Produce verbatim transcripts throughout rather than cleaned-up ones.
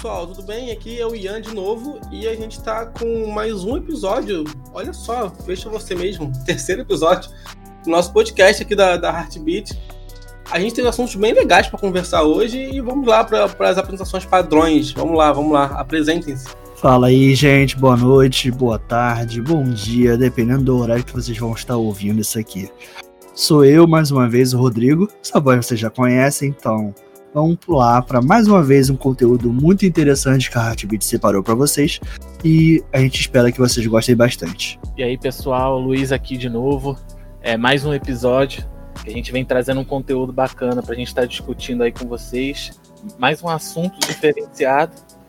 pessoal, tudo bem? Aqui é o Ian de novo e a gente tá com mais um episódio. Olha só, fecha você mesmo, terceiro episódio do nosso podcast aqui da, da Heartbeat. A gente tem assuntos bem legais para conversar hoje e vamos lá para as apresentações padrões. Vamos lá, vamos lá, apresentem-se. Fala aí, gente, boa noite, boa tarde, bom dia, dependendo do horário que vocês vão estar ouvindo isso aqui. Sou eu, mais uma vez, o Rodrigo, essa voz vocês já conhecem, então vamos pular para mais uma vez um conteúdo muito interessante que a Heartbeat separou para vocês e a gente espera que vocês gostem bastante. E aí, pessoal, Luiz aqui de novo, é mais um episódio que a gente vem trazendo um conteúdo bacana pra gente estar discutindo aí com vocês, mais um assunto diferenciado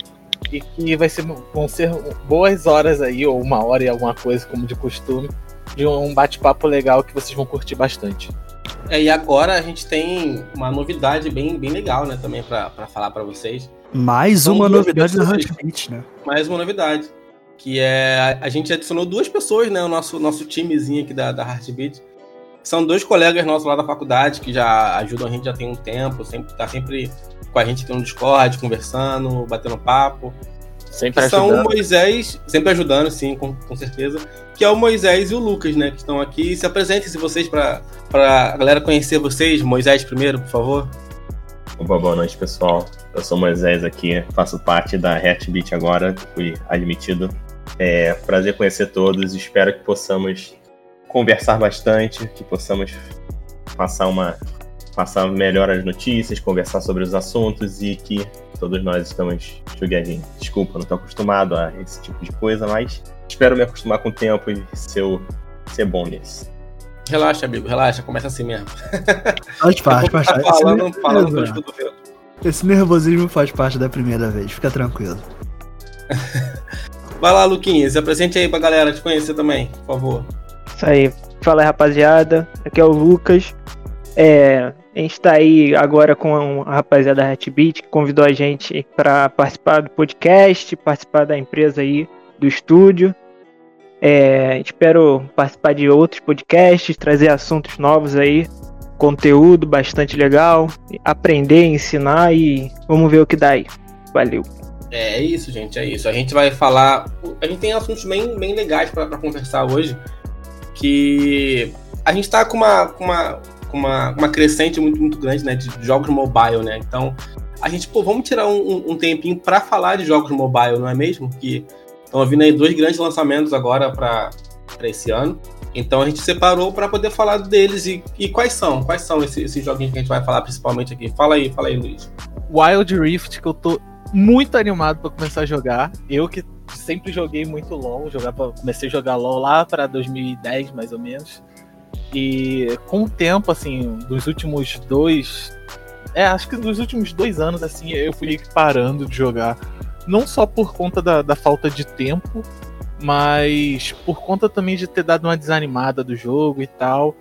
e que vai ser, vão ser boas horas aí, ou uma hora e alguma coisa, como de costume, de um bate-papo legal que vocês vão curtir bastante. É, e agora a gente tem uma novidade bem, bem legal, né, também pra, pra falar pra vocês. Mais São uma duas novidade da pessoas. Heartbeat, né? Mais uma novidade, que é, a gente adicionou duas pessoas, né, o nosso, nosso timezinho aqui da, da Heartbeat. São dois colegas nossos lá da faculdade que já ajudam a gente já tem um tempo, sempre, tá sempre com a gente aqui no Discord, conversando, batendo papo. Sempre que ajudando. São o Moisés, sempre ajudando, sim, com, com certeza. Que é o Moisés e o Lucas, né, que estão aqui. Se apresentem-se vocês para a galera conhecer vocês. Moisés primeiro, por favor. Opa, boa noite, pessoal. Eu sou o Moisés aqui, faço parte da Heartbeat agora, fui admitido. É prazer conhecer todos, espero que possamos conversar bastante, que possamos passar uma passar melhor as notícias, conversar sobre os assuntos e que todos nós estamos jogadinhos. Desculpa, não estou acostumado a esse tipo de coisa, mas espero me acostumar com o tempo e ser, ser bom nisso. Relaxa, amigo, relaxa, começa assim mesmo. Faz parte, faz parte. Tá falando, Esse, falando nervosismo, pelos cotovelos. esse nervosismo faz parte da primeira vez, fica tranquilo. Vai lá, Luquinha, se apresente aí pra galera te conhecer também, por favor. Isso aí, fala aí, rapaziada, aqui é o Lucas. É, a gente tá aí agora com a rapaziada da Heartbeat, que convidou a gente para participar do podcast, participar da empresa aí, do estúdio. É, espero participar de outros podcasts, trazer assuntos novos aí, conteúdo bastante legal, aprender, ensinar e vamos ver o que dá aí. Valeu. É isso, gente, é isso. A gente vai falar... A gente tem assuntos bem, bem legais pra, pra conversar hoje, que a gente tá com uma... Com uma Uma, uma crescente muito, muito grande, né, de jogos mobile, né, então a gente, pô, vamos tirar um, um tempinho para falar de jogos mobile, não é mesmo? Que estão vindo aí dois grandes lançamentos agora para esse ano, então a gente separou para poder falar deles e, e quais são, quais são esses, esses joguinhos que a gente vai falar principalmente aqui. Fala aí, fala aí, Luiz. Wild Rift, que eu tô muito animado para começar a jogar, eu que sempre joguei muito LoL, jogava, comecei a jogar LoL lá para dois mil e dez, mais ou menos. E com o tempo, assim, dos últimos dois... É, acho que dos últimos dois anos, assim, eu fui parando de jogar. Não só por conta da, da falta de tempo, mas por conta também de ter dado uma desanimada do jogo e tal.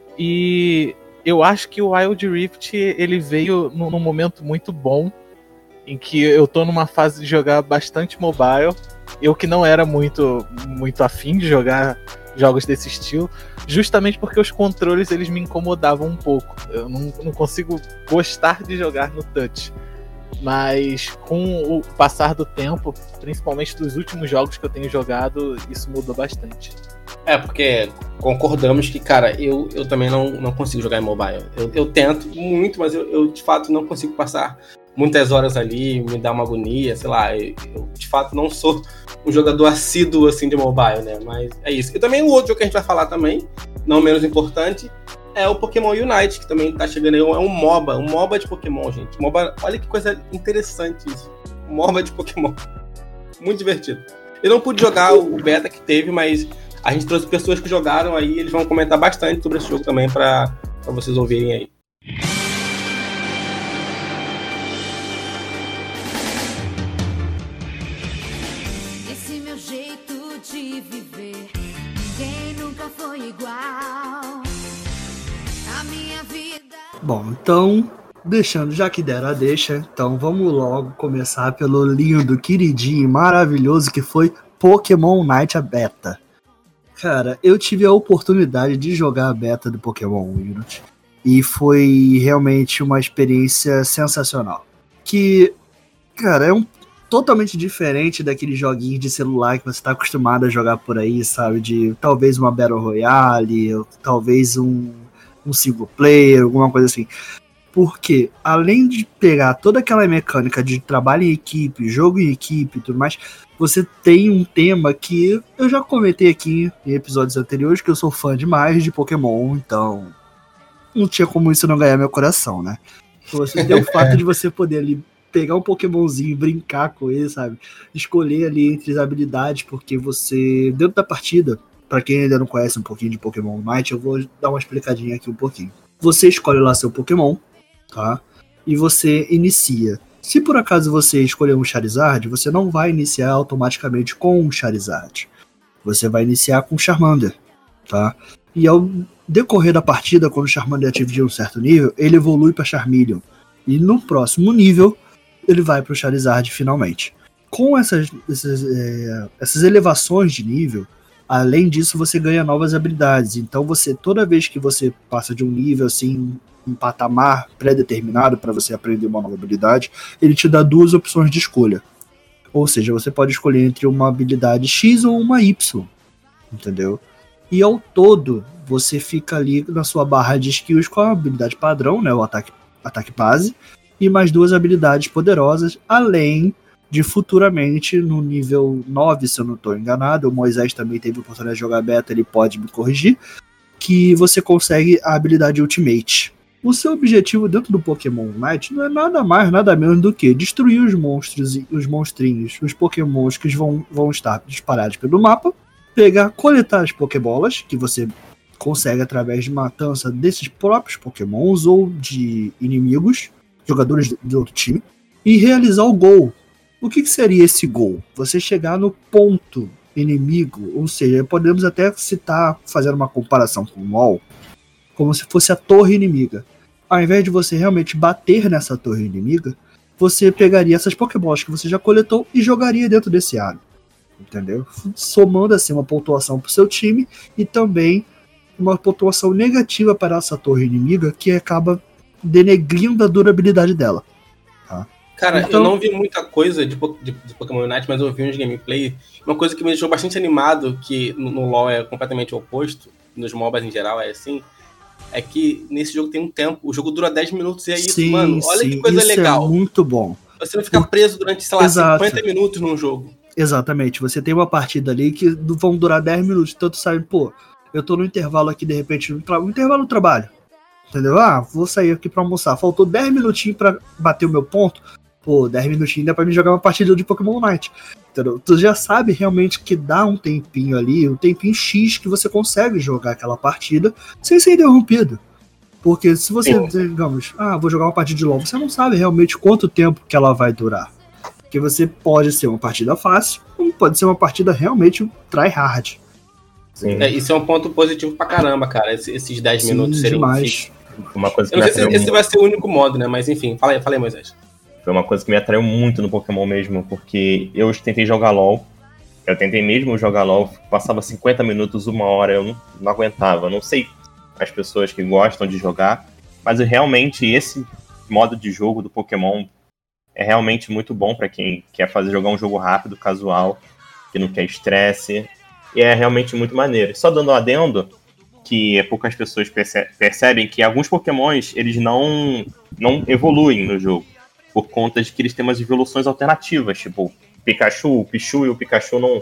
E eu acho que o Wild Rift, ele veio num, num momento muito bom, em que eu tô numa fase de jogar bastante mobile. Eu que não era muito, muito afim de jogar jogos desse estilo, justamente porque os controles eles me incomodavam um pouco. Eu não, não consigo gostar de jogar no touch. Mas com o passar do tempo, principalmente dos últimos jogos que eu tenho jogado, isso mudou bastante. É, porque concordamos que, cara, eu, eu também não, não consigo jogar em mobile. Eu, eu tento muito, mas eu, eu de fato não consigo passar muitas horas ali, me dá uma agonia, sei lá, eu, eu de fato não sou um jogador assíduo assim de mobile, né, mas é isso. E também o outro jogo que a gente vai falar também, não menos importante, é o Pokémon Unite, que também tá chegando aí, é um MOBA, um MOBA de Pokémon, gente. MOBA, olha que coisa interessante isso, MOBA de Pokémon, muito divertido. Eu não pude jogar o beta que teve, mas a gente trouxe pessoas que jogaram aí, eles vão comentar bastante sobre esse jogo também pra, pra vocês ouvirem aí. Bom, então, deixando, já que deram a deixa, então vamos logo começar pelo lindo, queridinho e maravilhoso que foi Pokémon Unite a Beta. Cara, eu tive a oportunidade de jogar a beta do Pokémon Unite e foi realmente uma experiência sensacional. Que, cara, é um totalmente diferente daqueles joguinhos de celular que você tá acostumado a jogar por aí, sabe? De talvez uma Battle Royale, ou talvez um, um single player, alguma coisa assim. Porque, além de pegar toda aquela mecânica de trabalho em equipe, jogo em equipe e tudo mais, você tem um tema que eu já comentei aqui em episódios anteriores, que eu sou fã demais de Pokémon, então não tinha como isso não ganhar meu coração, né? Você tem o fato de você poder ali pegar um Pokémonzinho e brincar com ele, sabe? Escolher ali entre as habilidades, porque você, dentro da partida, pra quem ainda não conhece um pouquinho de Pokémon Unite, eu vou dar uma explicadinha aqui um pouquinho. Você escolhe lá seu Pokémon, tá? E você inicia. Se por acaso você escolher um Charizard, você não vai iniciar automaticamente com um Charizard. Você vai iniciar com um Charmander, tá? E ao decorrer da partida, quando o Charmander atingir um certo nível, ele evolui para Charmeleon. E no próximo nível, ele vai para o Charizard finalmente. Com essas, essas, é, essas elevações de nível, além disso, você ganha novas habilidades. Então, você toda vez que você passa de um nível assim, um patamar pré-determinado para você aprender uma nova habilidade, ele te dá duas opções de escolha. Ou seja, você pode escolher entre uma habilidade X ou uma Y, entendeu? E ao todo, você fica ali na sua barra de skills com a habilidade padrão, né, o ataque, ataque base, e mais duas habilidades poderosas, além de futuramente, no nível nove, se eu não estou enganado, o Moisés também teve a oportunidade de jogar beta, ele pode me corrigir, que você consegue a habilidade Ultimate. O seu objetivo dentro do Pokémon Unite não é nada mais, nada menos do que destruir os monstros e os monstrinhos, os Pokémons que vão, vão estar disparados pelo mapa, pegar, coletar as Pokébolas, que você consegue através de matança desses próprios Pokémons ou de inimigos, jogadores de outro time, e realizar o gol. O que, que seria esse gol? Você chegar no ponto inimigo, ou seja, podemos até citar, fazendo uma comparação com o LoL, como se fosse a torre inimiga. Ao invés de você realmente bater nessa torre inimiga, você pegaria essas Pokébolas que você já coletou e jogaria dentro desse aro. Entendeu? Somando assim uma pontuação para o seu time e também uma pontuação negativa para essa torre inimiga que acaba denegrindo a durabilidade dela. Tá? Cara, então, eu não vi muita coisa de, de, de Pokémon Unite, mas eu vi uns gameplay. Uma coisa que me deixou bastante animado, que no, no LoL é completamente oposto, nos MOBAs em geral é assim, é que nesse jogo tem um tempo, o jogo dura dez minutos e é isso, sim, mano. Olha sim, que coisa isso legal. É muito bom. Você não fica preso durante, sei lá, Exato. cinquenta minutos num jogo. Exatamente, você tem uma partida ali que vão durar dez minutos, tanto sabe, pô, eu tô no intervalo aqui, de repente, no, tra- no intervalo do trabalho, entendeu? Ah, vou sair aqui pra almoçar, faltou dez minutinhos pra bater o meu ponto, pô, dez minutinhos dá pra mim jogar uma partida de Pokémon Unite, entendeu? Tu já sabe realmente que dá um tempinho ali, um tempinho X que você consegue jogar aquela partida sem ser interrompido. Porque se você, Sim. digamos, ah, vou jogar uma partida de LoL, você não sabe realmente quanto tempo que ela vai durar. Porque você pode ser uma partida fácil, como pode ser uma partida realmente tryhard. É, isso é um ponto positivo pra caramba, cara, esses dez Sim, minutos serem demais. Uma coisa que Eu não me sei se esse muito... vai ser o único modo, né? Mas enfim, fala aí, fala aí, Moisés. Foi uma coisa que me atraiu muito no Pokémon mesmo, porque eu tentei jogar LoL, eu tentei mesmo jogar LoL, passava cinquenta minutos, uma hora, eu não, não aguentava. Eu não sei as pessoas que gostam de jogar, mas eu, realmente esse modo de jogo do Pokémon é realmente muito bom pra quem quer fazer jogar um jogo rápido, casual, que não quer estresse, e é realmente muito maneiro. Só dando um adendo, que poucas pessoas perce- percebem que alguns Pokémons, eles não, não evoluem no jogo, por conta de que eles têm umas evoluções alternativas, tipo Pikachu, o Pichu e o Pikachu não...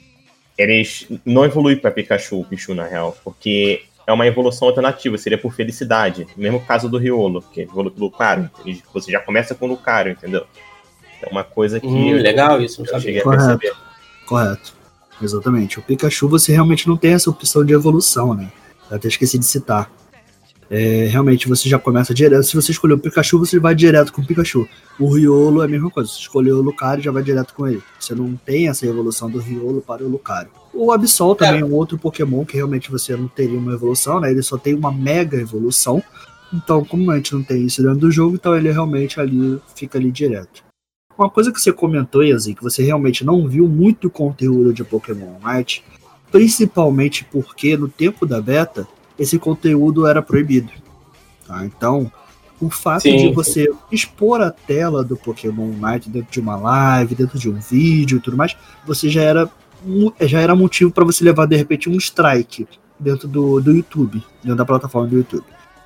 Eles não evoluem pra Pikachu, o Pichu na real, porque é uma evolução alternativa, seria por felicidade. No mesmo caso do Riolo, que evolui pro Lucario. Você já começa com o Lucario, entendeu? É uma coisa que... Hum, eu, legal isso, não eu sabia. cheguei a Correto. perceber. Correto. Exatamente. O Pikachu você realmente não tem essa opção de evolução, né? Eu até esqueci de citar. É, realmente você já começa direto. Se você escolher o Pikachu, você vai direto com o Pikachu. O Riolo é a mesma coisa. Se você escolher o Lucario, já vai direto com ele. Você não tem essa evolução do Riolo para o Lucario. O Absol também é um outro Pokémon que realmente você não teria uma evolução, né? Ele só tem uma mega evolução. Então, como a gente não tem isso dentro do jogo, então ele realmente ali fica ali direto. Uma coisa que você comentou, Yazin, que você realmente não viu muito conteúdo de Pokémon Unite, principalmente porque no tempo da beta, esse conteúdo era proibido. Tá? Então, O fato Sim, de sim. você expor a tela do Pokémon Unite dentro de uma live, dentro de um vídeo e tudo mais, você já era, já era motivo para você levar, de repente, um strike dentro do, do YouTube, dentro da plataforma do YouTube.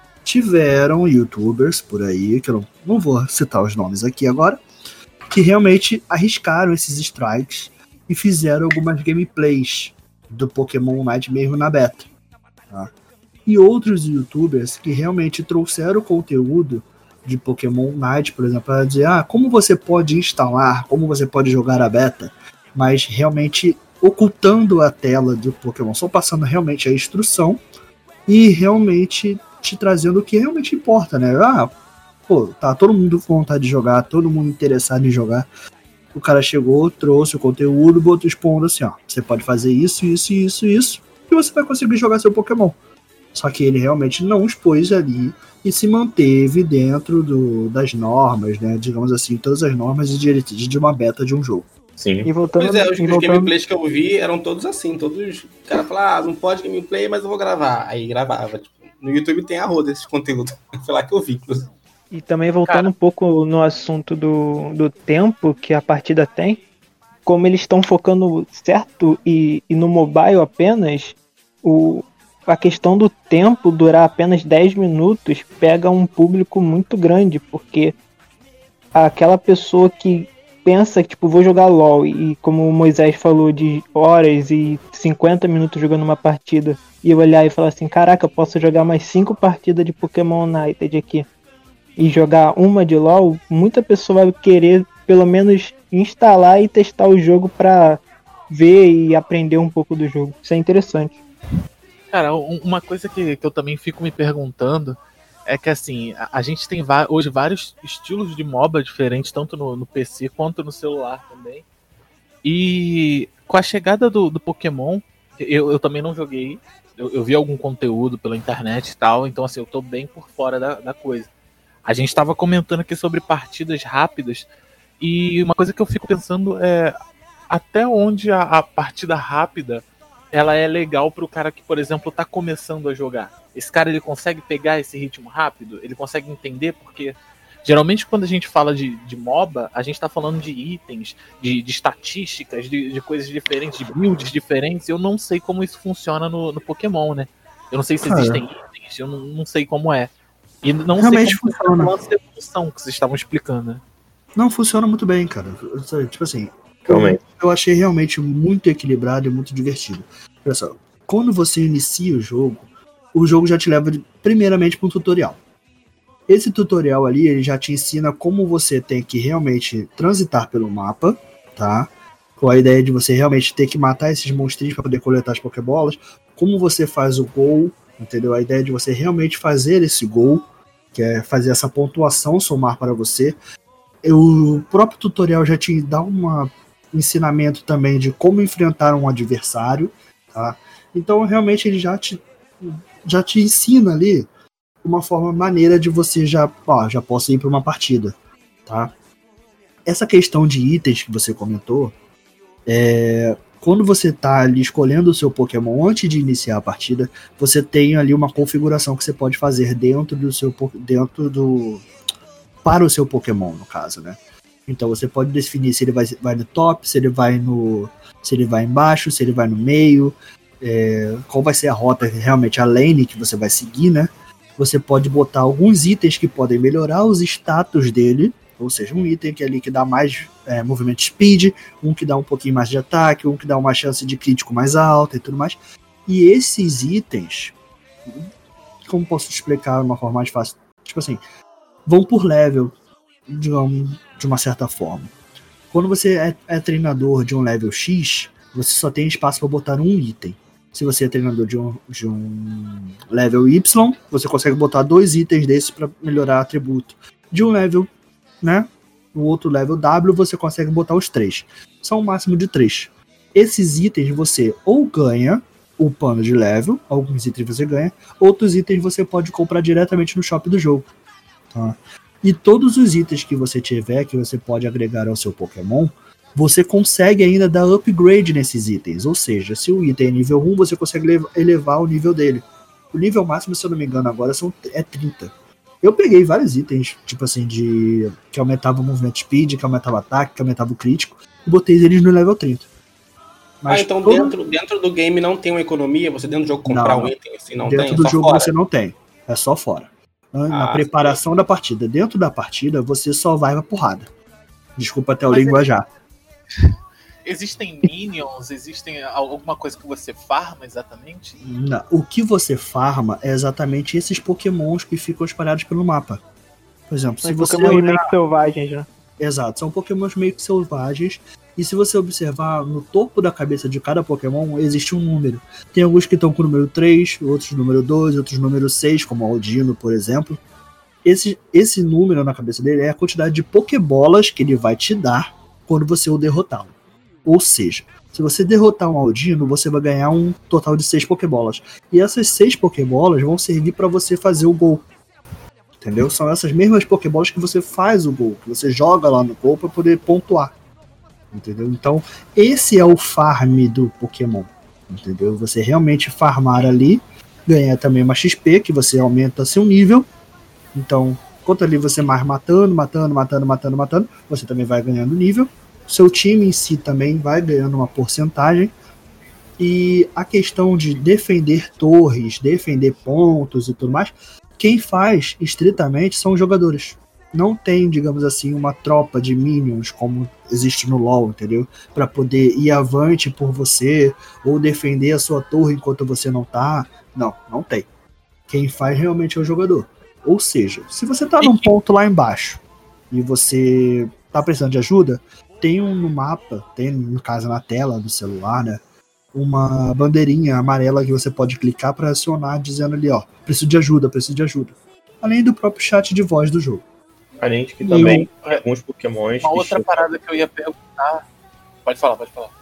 Tiveram youtubers por aí, que eu não, não vou citar os nomes aqui agora, que realmente arriscaram esses strikes e fizeram algumas gameplays do Pokémon Unite mesmo na beta. Tá? E outros youtubers que realmente trouxeram conteúdo de Pokémon Unite, por exemplo, para dizer, ah, como você pode instalar, como você pode jogar a beta, mas realmente ocultando a tela do Pokémon, só passando realmente a instrução e realmente te trazendo o que realmente importa, né? Ah, pô, tá todo mundo com vontade de jogar, todo mundo interessado em jogar. O cara chegou, trouxe o conteúdo, botou expondo assim, ó, você pode fazer isso, isso, isso, isso, e você vai conseguir jogar seu Pokémon. Só que ele realmente não expôs ali e se manteve dentro do, das normas, né? Digamos assim, todas as normas e diretrizes de uma beta de um jogo. Sim. E voltando, Pois é, os, e os voltando... gameplays que eu vi eram todos assim, todos. O cara fala, ah, não pode gameplay, mas eu vou gravar. Aí gravava. Tipo, no YouTube tem a roda esse conteúdo. Foi lá que eu vi, inclusive. E também voltando Cara. um pouco no assunto do, do tempo que a partida tem, como eles estão focando certo e, e no mobile apenas, o, a questão do tempo durar apenas dez minutos pega um público muito grande, porque aquela pessoa que pensa que tipo, vou jogar LOL e como o Moisés falou de horas e cinquenta minutos jogando uma partida e eu olhar e falar assim, caraca, eu posso jogar mais cinco partidas de Pokémon United aqui e jogar uma de LoL, muita pessoa vai querer pelo menos instalar e testar o jogo pra ver e aprender um pouco do jogo. Isso é interessante. Cara, um- uma coisa que, que eu também fico me perguntando é que assim, a, a gente tem va- hoje vários estilos de MOBA diferentes, tanto no, no P C quanto no celular também. E com a chegada do, do Pokémon, eu, eu também não joguei, eu, eu vi algum conteúdo pela internet e tal, então assim, eu tô bem por fora da, da coisa. A gente estava comentando aqui sobre partidas rápidas, e uma coisa que eu fico pensando é até onde a, a partida rápida ela é legal pro cara que, por exemplo, tá começando a jogar. Esse cara ele consegue pegar esse ritmo rápido? Ele consegue entender? Porque geralmente quando a gente fala de, de MOBA, a gente tá falando de itens, de, de estatísticas, de, de coisas diferentes, de builds diferentes. Eu não sei como isso funciona no, no Pokémon, né? Eu não sei se Cara. existem itens, eu não, não sei como é. E não Realmente sei como funciona. é o lance da evolução que vocês estavam explicando, né? Não, funciona muito bem, cara. Tipo assim, Realmente. eu achei realmente muito equilibrado e muito divertido. Olha só, quando você inicia o jogo, o jogo já te leva primeiramente para um tutorial. Esse tutorial ali, ele já te ensina como você tem que realmente transitar pelo mapa, tá? Com a ideia de você realmente ter que matar esses monstrinhos para poder coletar as pokébolas, como você faz o gol, entendeu? A ideia de você realmente fazer esse gol, que é fazer essa pontuação somar para você. O próprio tutorial já te dá um ensinamento também de como enfrentar um adversário, tá? Então realmente ele já te, já te ensina ali uma forma maneira de você já, ó, já posso ir para uma partida, tá? Essa questão de itens que você comentou, é, quando você tá ali escolhendo o seu Pokémon antes de iniciar a partida, você tem ali uma configuração que você pode fazer dentro do seu dentro do para o seu Pokémon, no caso, né? Então você pode definir se ele vai, vai no top, se ele vai no se ele vai embaixo, se ele vai no meio, é, qual vai ser a rota, realmente a lane que você vai seguir, né? Você pode botar alguns itens que podem melhorar os status dele, ou seja, um item que ali que dá mais é, movimento speed, um que dá um pouquinho mais de ataque, um que dá uma chance de crítico mais alta e tudo mais. E esses itens, como posso explicar de uma forma mais fácil? Tipo assim, vão por level, digamos, de uma certa forma. Quando você é, é treinador de um level X, você só tem espaço para botar um item. Se você é treinador de um, de um level Y, você consegue botar dois itens desses para melhorar atributo. De um level, né, no outro level W, você consegue botar os três. São um máximo de três. Esses itens você ou ganha o pano de level, alguns itens você ganha, outros itens você pode comprar diretamente no shop do jogo. Tá? E todos os itens que você tiver, que você pode agregar ao seu Pokémon, você consegue ainda dar upgrade nesses itens. Ou seja, se o item é nível um, você consegue elevar o nível dele. O nível máximo, se eu não me engano, agora são, é trinta. Eu peguei vários itens, tipo assim, de que aumentava o movimento speed, que aumentava o ataque, que aumentava o crítico, e botei eles no level trinta. Mas ah, então todo... dentro, dentro do game não tem uma economia? Você dentro do jogo comprar não, um item assim, não dentro tem? Dentro do é jogo fora? Você não tem, é só fora. Na ah, preparação sim. da partida. Dentro da partida, você só vai pra porrada. Desculpa até o linguajar. Existem minions? Existem alguma coisa que você farma exatamente? Não, o que você farma é exatamente esses pokémons que ficam espalhados pelo mapa. Por exemplo, se você Pokémon olhar... meio que selvagens, né? Exato, são pokémons meio que selvagens. E se você observar no topo da cabeça de cada pokémon, existe um número. Tem alguns que estão com o número três, outros número dois, outros número seis, como o Aldino, por exemplo. Esse, esse número na cabeça dele é a quantidade de pokébolas que ele vai te dar quando você o derrotá-lo. Ou seja, se você derrotar um Aldino, você vai ganhar um total de seis pokébolas. E essas seis pokébolas vão servir para você fazer o gol. Entendeu? São essas mesmas pokébolas que você faz o gol, que você joga lá no gol para poder pontuar. Entendeu? Então, esse é o farm do Pokémon. Entendeu? Você realmente farmar ali, ganhar também uma X P, que você aumenta seu nível. Então, enquanto ali você mais matando, matando, matando, matando, matando, você também vai ganhando nível. Seu time em si também vai ganhando uma porcentagem. E a questão de defender torres, defender pontos e tudo mais, quem faz estritamente são os jogadores. Não tem, digamos assim, uma tropa de minions como existe no LoL, entendeu? Para poder ir avante por você ou defender a sua torre enquanto você não tá. Não, não tem. Quem faz realmente é o jogador. Ou seja, se você tá num ponto lá embaixo e você tá precisando de ajuda, tem um no mapa, tem no caso na tela do celular, né? Uma bandeirinha amarela que você pode clicar para acionar dizendo ali, ó, preciso de ajuda, preciso de ajuda. Além do próprio chat de voz do jogo. Diferente que também um, alguns pokémons... Uma outra chegam... parada que eu ia perguntar... Pode falar, pode falar.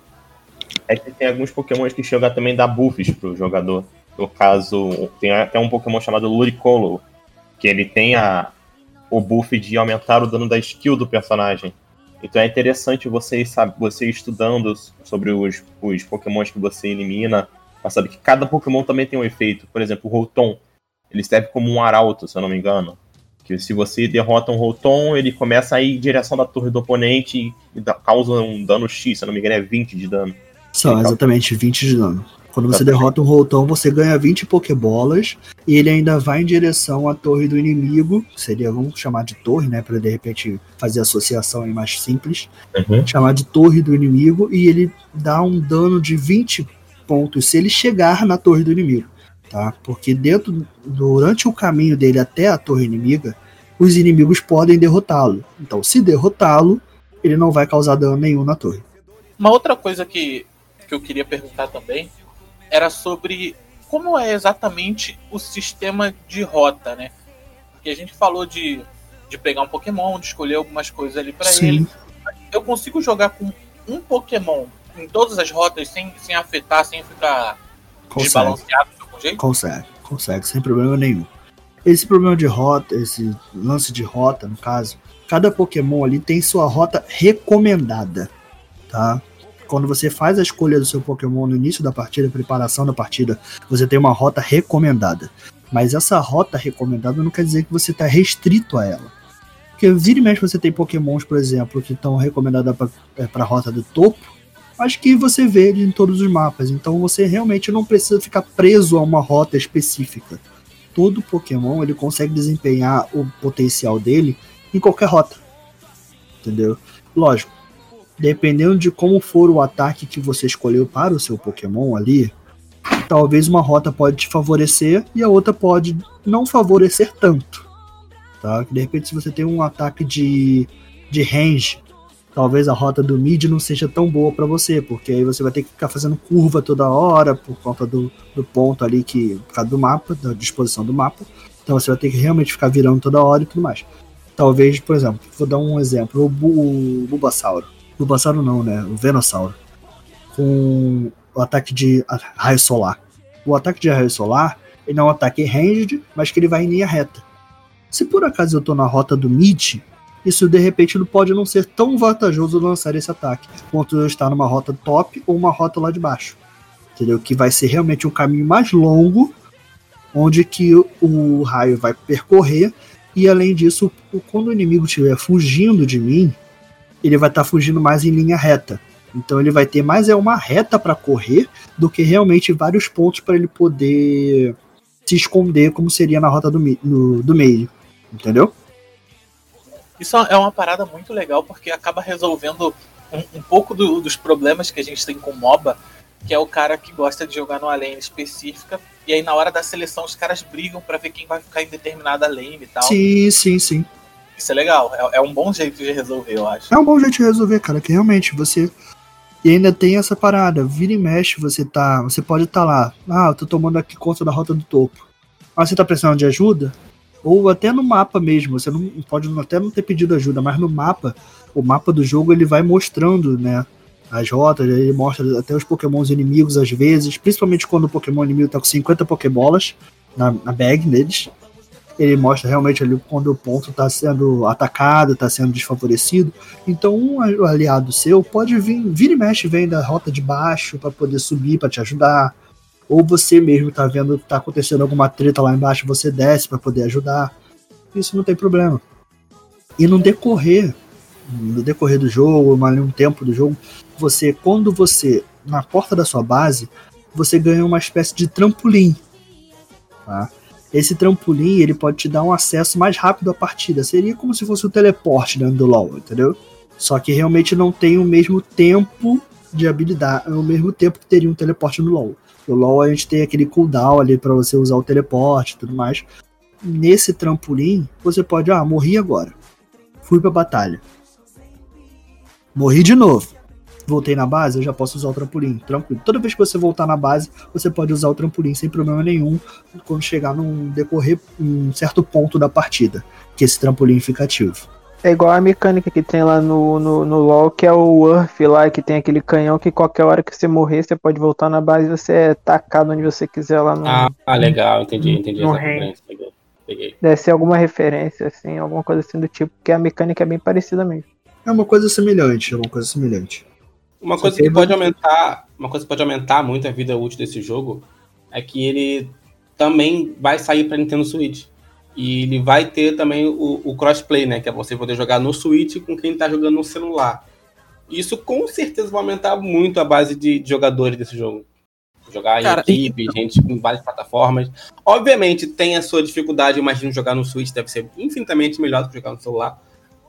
É que tem alguns pokémons que chegam a também dar buffs pro jogador. No caso, tem até um pokémon chamado Ludicolo, que ele tem a, o buff de aumentar o dano da skill do personagem. Então é interessante você, sabe, você estudando sobre os, os pokémons que você elimina, pra saber que cada pokémon também tem um efeito. Por exemplo, o Rotom, ele serve como um arauto, se eu não me engano. Que se você derrota um Rotom, ele começa a ir em direção da torre do oponente e dá, causa um dano X, se eu não me engano é vinte de dano. São exatamente vinte de dano. Quando você derrota um Rotom, você ganha vinte pokébolas e ele ainda vai em direção à torre do inimigo. Seria, vamos chamar de torre, né? Pra de repente fazer associação aí mais simples. Uhum. Chamar de torre do inimigo e ele dá um dano de vinte pontos se ele chegar na torre do inimigo. Tá? Porque dentro, durante o caminho dele até a torre inimiga, os inimigos podem derrotá-lo. Então, se derrotá-lo, ele não vai causar dano nenhum na torre. Uma outra coisa que, que eu queria perguntar também era sobre como é exatamente o sistema de rota, né? Porque a gente falou de, de pegar um Pokémon, de escolher algumas coisas ali pra Sim. ele. Eu consigo jogar com um Pokémon em todas as rotas sem, sem afetar, sem ficar Consegue. desbalanceado de algum jeito? Consegue, consegue, sem problema nenhum. Esse problema de rota, esse lance de rota, no caso, cada Pokémon ali tem sua rota recomendada, tá? Quando você faz a escolha do seu Pokémon no início da partida, preparação da partida, você tem uma rota recomendada. Mas essa rota recomendada não quer dizer que você está restrito a ela. Porque vira e mexe você tem Pokémons, por exemplo, que estão recomendados para a rota do topo, mas que você vê em todos os mapas. Então você realmente não precisa ficar preso a uma rota específica. Todo Pokémon ele consegue desempenhar o potencial dele em qualquer rota. Entendeu? Lógico. Dependendo de como for o ataque que você escolheu para o seu Pokémon ali, talvez uma rota pode te favorecer e a outra pode não favorecer tanto. Tá? De repente, se você tem um ataque de, de range, talvez a rota do mid não seja tão boa para você, porque aí você vai ter que ficar fazendo curva toda hora por conta do, do ponto ali, que, por causa do mapa, da disposição do mapa. Então você vai ter que realmente ficar virando toda hora e tudo mais. Talvez, por exemplo, vou dar um exemplo, o, Bu, o Bulbasauro. Bulbasauro não, né? O Venossauro. Com o ataque de raio solar. O ataque de raio solar, ele é um ataque ranged, mas que ele vai em linha reta. Se por acaso eu tô na rota do mid, isso de repente não pode não ser tão vantajoso lançar esse ataque, quanto eu estar numa rota top ou uma rota lá de baixo. Entendeu? Que vai ser realmente um caminho mais longo, onde que o raio vai percorrer, e além disso, quando o inimigo estiver fugindo de mim, ele vai estar tá fugindo mais em linha reta. Então ele vai ter mais é uma reta para correr do que realmente vários pontos para ele poder se esconder, como seria na rota do, no, do meio. Entendeu? Isso é uma parada muito legal, porque acaba resolvendo um, um pouco do, dos problemas que a gente tem com MOBA, que é o cara que gosta de jogar numa lane específica, e aí na hora da seleção os caras brigam pra ver quem vai ficar em determinada lane e tal. Sim, sim, sim. Isso é legal, é, é um bom jeito de resolver, eu acho. É um bom jeito de resolver, cara, que realmente você... E ainda tem essa parada, vira e mexe, você tá... Você pode estar tá lá, ah, eu tô tomando aqui conta da rota do topo. Mas você tá precisando de ajuda? Ou até no mapa mesmo, você não pode até não ter pedido ajuda, mas no mapa, o mapa do jogo ele vai mostrando, né, as rotas, ele mostra até os pokémons inimigos às vezes, principalmente quando o pokémon inimigo tá com cinquenta pokébolas na, na bag deles, ele mostra realmente ali quando o ponto tá sendo atacado, tá sendo desfavorecido, então um aliado seu pode vir, vira e mexe, vem da rota de baixo para poder subir, para te ajudar. Ou você mesmo tá vendo que tá acontecendo alguma treta lá embaixo, você desce para poder ajudar. Isso não tem problema. E no decorrer, no decorrer do jogo, um tempo do jogo, você, quando você, na porta da sua base, você ganha uma espécie de trampolim. Tá? Esse trampolim, ele pode te dar um acesso mais rápido à partida. Seria como se fosse o teleporte dentro do LoL, entendeu? Só que realmente não tem o mesmo tempo de habilidade, o mesmo tempo que teria um teleporte no LoL. No LoL a gente tem aquele cooldown ali pra você usar o teleporte e tudo mais. Nesse trampolim, você pode, ah, morri agora. Fui pra batalha. Morri de novo. Voltei na base, eu já posso usar o trampolim. Tranquilo. Toda vez que você voltar na base, você pode usar o trampolim sem problema nenhum quando chegar num decorrer um certo ponto da partida, que esse trampolim fica ativo. É igual a mecânica que tem lá no, no, no LoL, que é o Earth lá, que tem aquele canhão que qualquer hora que você morrer, você pode voltar na base e você é tacado onde você quiser lá no... Ah, legal, entendi, entendi no essa reino. referência, peguei, peguei. Deve ser alguma referência, assim, alguma coisa assim do tipo, porque a mecânica é bem parecida mesmo. É uma coisa semelhante, é uma coisa semelhante. Uma coisa que pode aumentar, uma coisa que pode aumentar muito a vida útil desse jogo é que ele também vai sair para Nintendo Switch. E ele vai ter também o, o crossplay, né? Que é você poder jogar no Switch com quem tá jogando no celular. Isso com certeza vai aumentar muito a base de, de jogadores desse jogo. Jogar Cara, em equipe, então... gente em várias plataformas. Obviamente tem a sua dificuldade, imagino jogar no Switch deve ser infinitamente melhor do que jogar no celular.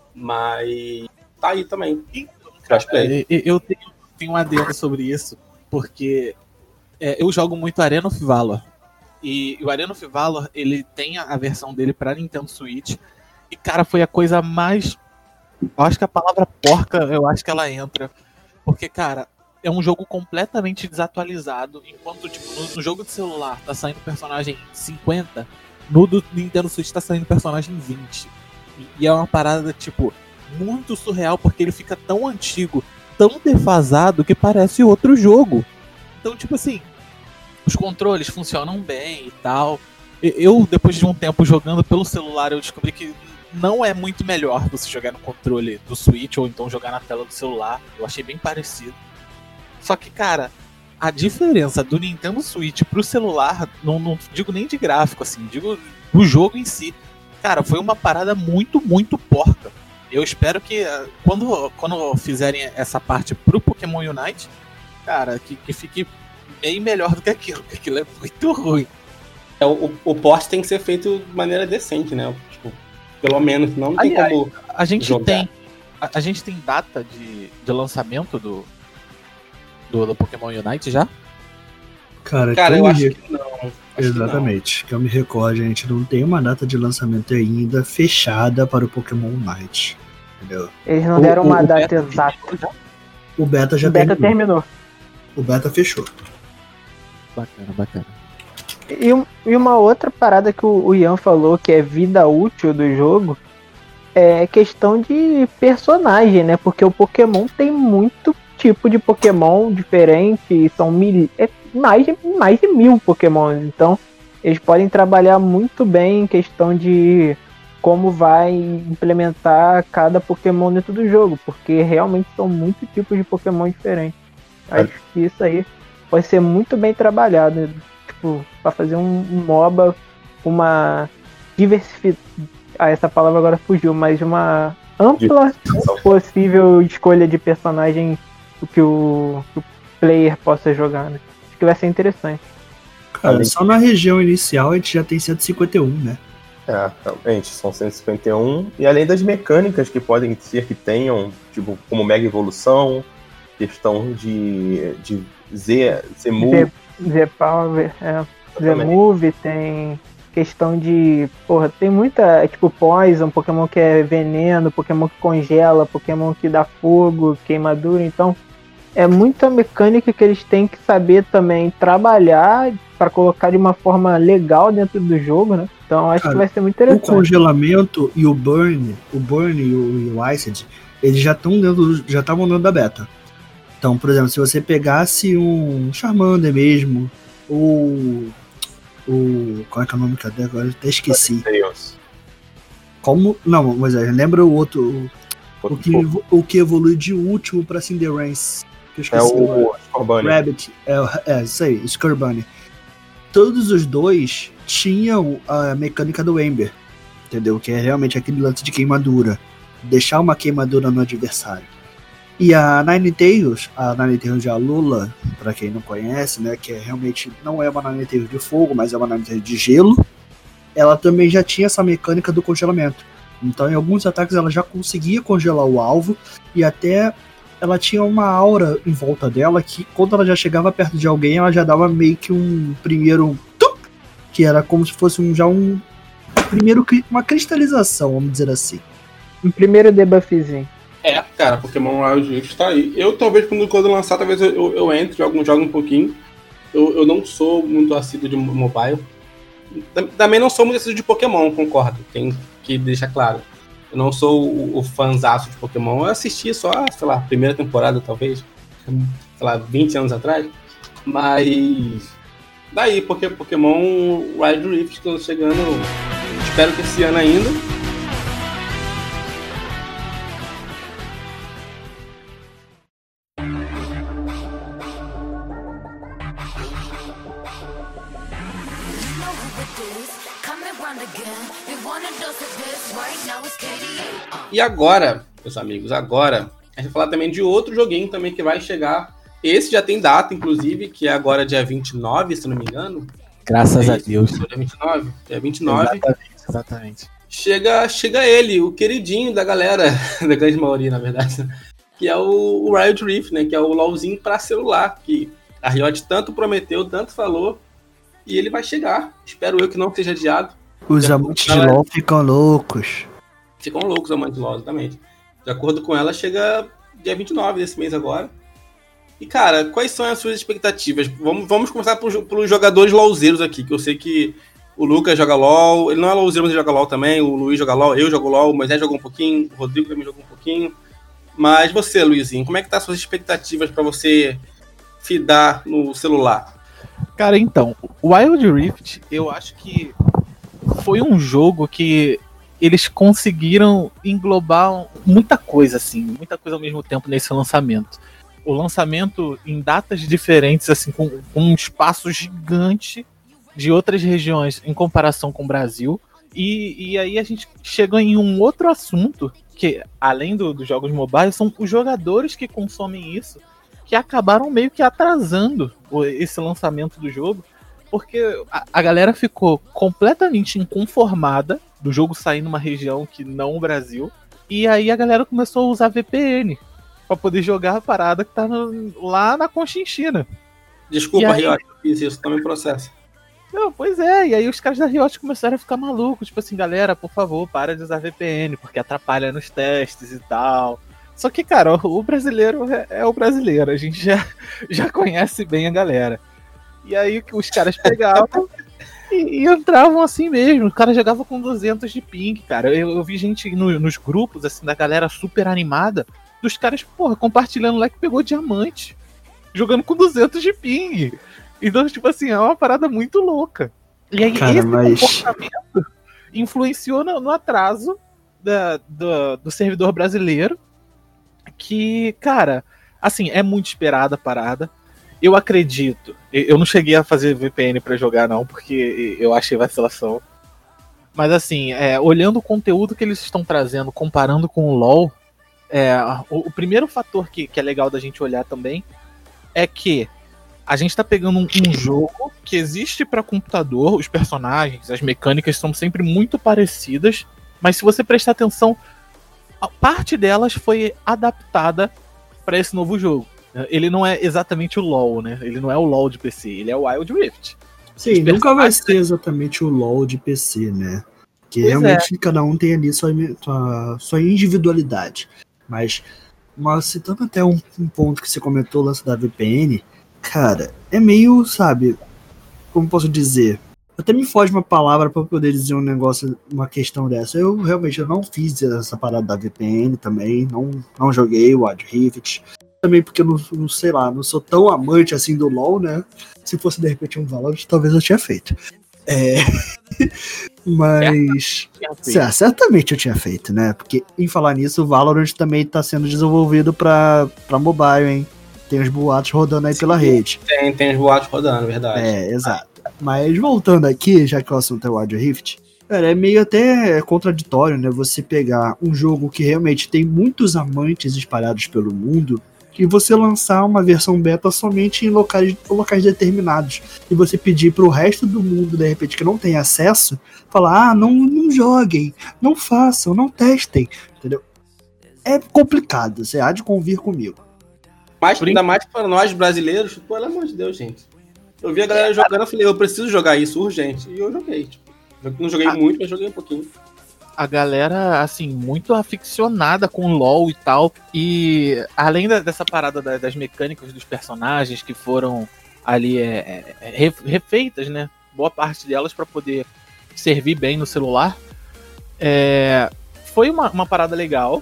Mas tá aí também. Crossplay. Eu tenho, tenho um adendo sobre isso, porque é, eu jogo muito Arena of Valor. E o Arena of Valor, ele tem a versão dele pra Nintendo Switch. E, cara, foi a coisa mais... Eu acho que a palavra porca, eu acho que ela entra. Porque, cara, é um jogo completamente desatualizado. Enquanto, tipo, no, no jogo de celular tá saindo personagem cinquenta, no do Nintendo Switch tá saindo personagem vinte. E, e é uma parada, tipo, muito surreal, porque ele fica tão antigo, tão defasado, que parece outro jogo. Então, tipo assim... Os controles funcionam bem e tal. Eu, depois de um tempo jogando pelo celular, eu descobri que não é muito melhor você jogar no controle do Switch ou então jogar na tela do celular. Eu achei bem parecido. Só que, cara, a diferença do Nintendo Switch pro celular, não, não digo nem de gráfico, assim, digo do jogo em si. Cara, foi uma parada muito, muito porca. Eu espero que quando, quando fizerem essa parte pro Pokémon Unite, cara, que, que fique bem melhor do que aquilo, porque aquilo é muito ruim. É, o, o porte tem que ser feito de maneira decente, né? Tipo, pelo menos, não, não tem Aliás, como a gente jogar. tem a, a gente tem data de, de lançamento do, do, do Pokémon Unite já? Cara, Cara, que eu me acho re- que não. Acho Exatamente. Que eu me recorde, a gente não tem uma data de lançamento ainda fechada para o Pokémon Unite. Entendeu? Eles não O- deram uma o data beta exata. O beta já O beta terminou. terminou. O beta fechou. Bacana, bacana. E, um- e uma outra parada que o, o Ian falou, que é vida útil do jogo, é questão de personagem, né? Porque o Pokémon tem muito tipo de Pokémon diferente, são mil, é mais, de, mais de mil Pokémon, então eles podem trabalhar muito bem em questão de como vai implementar cada Pokémon dentro do jogo, porque realmente são muitos tipos de Pokémon diferentes. Acho que isso aí pode ser muito bem trabalhado. tipo, pra fazer um, um MOBA, uma diversificação, ah, essa palavra agora fugiu, mas uma ampla possível escolha de personagem que o, que o player possa jogar, né? Acho que vai ser interessante. Cara, só na região inicial a gente já tem cento e cinquenta e um, né? É, realmente, são cento e cinquenta e um, e além das mecânicas que podem ser que tenham, tipo, como mega evolução, questão de, de Z, Z-Move. Z-Power, é, Z-Move, tem questão de, porra, tem muita, tipo, Poison, Pokémon que é veneno, Pokémon que congela, Pokémon que dá fogo, queimadura, então é muita mecânica que eles têm que saber também trabalhar para colocar de uma forma legal dentro do jogo, né? Então acho Cara, que vai ser muito interessante. O congelamento e o burn, o burn e o, e o iced, eles já estão dentro, já estavam dentro da beta. Então, por exemplo, se você pegasse um Charmander mesmo, ou o qual é que é o nome? Cadê agora? Eu até esqueci. Como? Não, mas é, lembra o outro, o, o que o que evolui de último para Cinderace? Que eu esqueci. É o Scorbunny. Rabbit, é, é isso aí, Scorbunny. Todos os dois tinham a mecânica do Ember, entendeu? Que é realmente aquele lance de queimadura, deixar uma queimadura no adversário. E a Ninetales, a Ninetales de Alola, pra quem não conhece, né, que é, realmente não é uma Ninetales de fogo, mas é uma Ninetales de gelo, ela também já tinha essa mecânica do congelamento. Então em alguns ataques ela já conseguia congelar o alvo, e até ela tinha uma aura em volta dela que quando ela já chegava perto de alguém, ela já dava meio que um primeiro tup, que era como se fosse um, já um primeiro, uma cristalização, vamos dizer assim. Um primeiro debuffzinho. É, cara, Pokémon Wild Rift tá aí. Eu talvez quando, quando lançar, talvez eu, eu, eu entre, jogo, jogo um pouquinho. Eu, eu não sou muito assíduo de mobile. Também não sou muito assíduo de Pokémon, concordo. Tem que deixar claro. Eu não sou o, o fãzaço de Pokémon. Eu assisti só, sei lá, a primeira temporada, talvez. Sei lá, vinte anos atrás. Mas daí, porque Pokémon Wild Rift que eu tô chegando. Espero que esse ano ainda. E agora, meus amigos, agora a gente vai falar também de outro joguinho também que vai chegar. Esse já tem data, inclusive, que é agora dia vinte e nove, se não me engano. Graças é a isso, Deus. Dia vinte e nove. Dia vinte e nove. Exatamente, exatamente. Chega, chega ele, o queridinho da galera, da grande maioria, na verdade, que é o, o Wild Rift, né? Que é o LoLzinho para celular, que a Riot tanto prometeu, tanto falou, e ele vai chegar. Espero eu que não seja adiado. Os de amantes de LoL ficam loucos. Ficam loucos, amantes de LoL, exatamente. De acordo com ela, chega dia vinte e nove desse mês agora. E, cara, quais são as suas expectativas? Vamos, vamos começar por, pelos jogadores LoLzeiros aqui, que eu sei que o Lucas joga LoL, ele não é LoLzeiro, mas ele joga LoL também, o Luiz joga LoL, eu jogo LoL, o Moisés jogou um pouquinho, o Rodrigo também jogou um pouquinho. Mas você, Luizinho, como é que tá as suas expectativas pra você fidar no celular? Cara, então, o Wild Rift, eu acho que foi um jogo que eles conseguiram englobar muita coisa, assim, muita coisa ao mesmo tempo nesse lançamento. O lançamento em datas diferentes, assim, com, com um espaço gigante de outras regiões em comparação com o Brasil. E, e aí a gente chega em um outro assunto, que além dos do jogos mobile, são os jogadores que consomem isso, que acabaram meio que atrasando esse lançamento do jogo, porque a, a galera ficou completamente inconformada do jogo sair numa região que não o Brasil, e aí a galera começou a usar V P N pra poder jogar a parada que tá no, lá na Conchinchina. Desculpa, aí... Riot, eu fiz isso, também processo. Não, pois é, e aí os caras da Riot começaram a ficar malucos, tipo assim, galera, por favor, para de usar V P N, porque atrapalha nos testes e tal. Só que, cara, o brasileiro é, é o brasileiro, a gente já, já conhece bem a galera. E aí os caras pegavam e, e entravam assim mesmo, o cara jogava com duzentos de ping, cara. Eu, eu vi gente no, nos grupos, assim, da galera super animada, dos caras, porra, compartilhando lá que pegou diamante, jogando com duzentos de ping. Então, tipo assim, é uma parada muito louca. E aí cara, esse mas... comportamento influenciou no, no atraso da, do, do servidor brasileiro, que, cara, assim, é muito esperada a parada. eu acredito, eu não cheguei a fazer V P N pra jogar não, porque eu achei vacilação. Mas assim, é, olhando o conteúdo que eles estão trazendo, comparando com o LoL, é, o, o primeiro fator que, que é legal da gente olhar também é que a gente tá pegando um, um jogo que existe para computador, os personagens, as mecânicas são sempre muito parecidas, mas se você prestar atenção, a parte delas foi adaptada para esse novo jogo. Ele não é exatamente o LoL, né? Ele não é o LoL de P C, ele é o Wild Rift. Sim, nunca vai ser exatamente o LoL de P C, né? Porque pois realmente é. Cada um tem ali sua, sua, sua individualidade. Mas, mas citando até um, um ponto que você comentou, o lance da V P N, cara, é meio, sabe, como posso dizer? Até me foge uma palavra pra poder dizer um negócio, uma questão dessa. Eu realmente eu não fiz essa parada da V P N também, não, não joguei o Wild Rift. Também porque eu não, não sei lá, não sou tão amante assim do LoL, né? Se fosse de repente um Valorant, talvez eu tinha feito. É... Mas é, certamente eu tinha feito, né? Porque em falar nisso, o Valorant também tá sendo desenvolvido pra, pra mobile, hein? Tem os boatos rodando aí Sim, pela rede. Tem, tem os boatos rodando, verdade. É, exato. Mas voltando aqui, já que o assunto é o Wild Rift, cara, é meio até contraditório, né? Você pegar um jogo que realmente tem muitos amantes espalhados pelo mundo e você lançar uma versão beta somente em locais, locais determinados. E você pedir pro resto do mundo, de repente, que não tem acesso, falar, ah, não, não joguem, não façam, não testem, entendeu? É complicado, você há de convir comigo. Mas ainda mais para nós brasileiros, pelo amor de Deus, gente. Eu vi a galera jogando, eu falei, eu preciso jogar isso urgente. E eu joguei, tipo. Não joguei ah. muito, mas joguei um pouquinho. A galera, assim, muito aficionada com LoL e tal. E além da, dessa parada da, das mecânicas dos personagens que foram ali é, é, refeitas, né? Boa parte delas para poder servir bem no celular. É, foi uma, uma parada legal.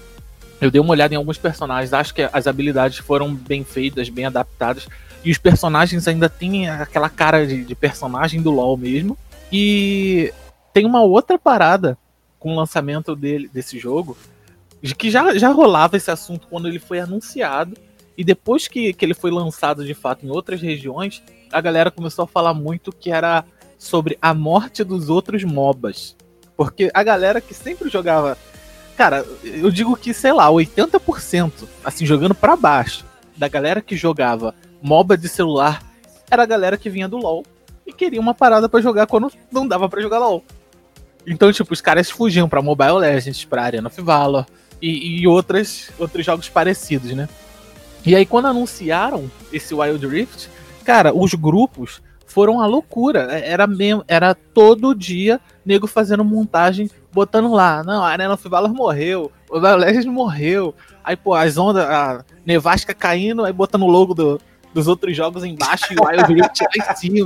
Eu dei uma olhada em alguns personagens. Acho que as habilidades foram bem feitas, bem adaptadas. E os personagens ainda têm aquela cara de, de personagem do LoL mesmo. E tem uma outra parada com o lançamento dele, desse jogo, de que já, já rolava esse assunto quando ele foi anunciado, e depois que, que ele foi lançado de fato em outras regiões, a galera começou a falar muito que era sobre a morte dos outros MOBAs. Porque a galera que sempre jogava... Cara, eu digo que, sei lá, oitenta por cento, assim, jogando pra baixo, da galera que jogava MOBA de celular, era a galera que vinha do LoL e queria uma parada pra jogar quando não dava pra jogar LoL. Então, tipo, os caras fugiam pra Mobile Legends, pra Arena of Valor e, e outras, outros jogos parecidos, né? E aí, quando anunciaram esse Wild Rift, cara, os grupos foram a loucura. Era, mesmo, era todo dia nego fazendo montagem, botando lá, não, a Arena of Valor morreu, o Mobile Legends morreu. Aí, pô, as ondas, a nevasca caindo, aí botando o logo do... dos outros jogos embaixo e o Wild Rift lá em cima.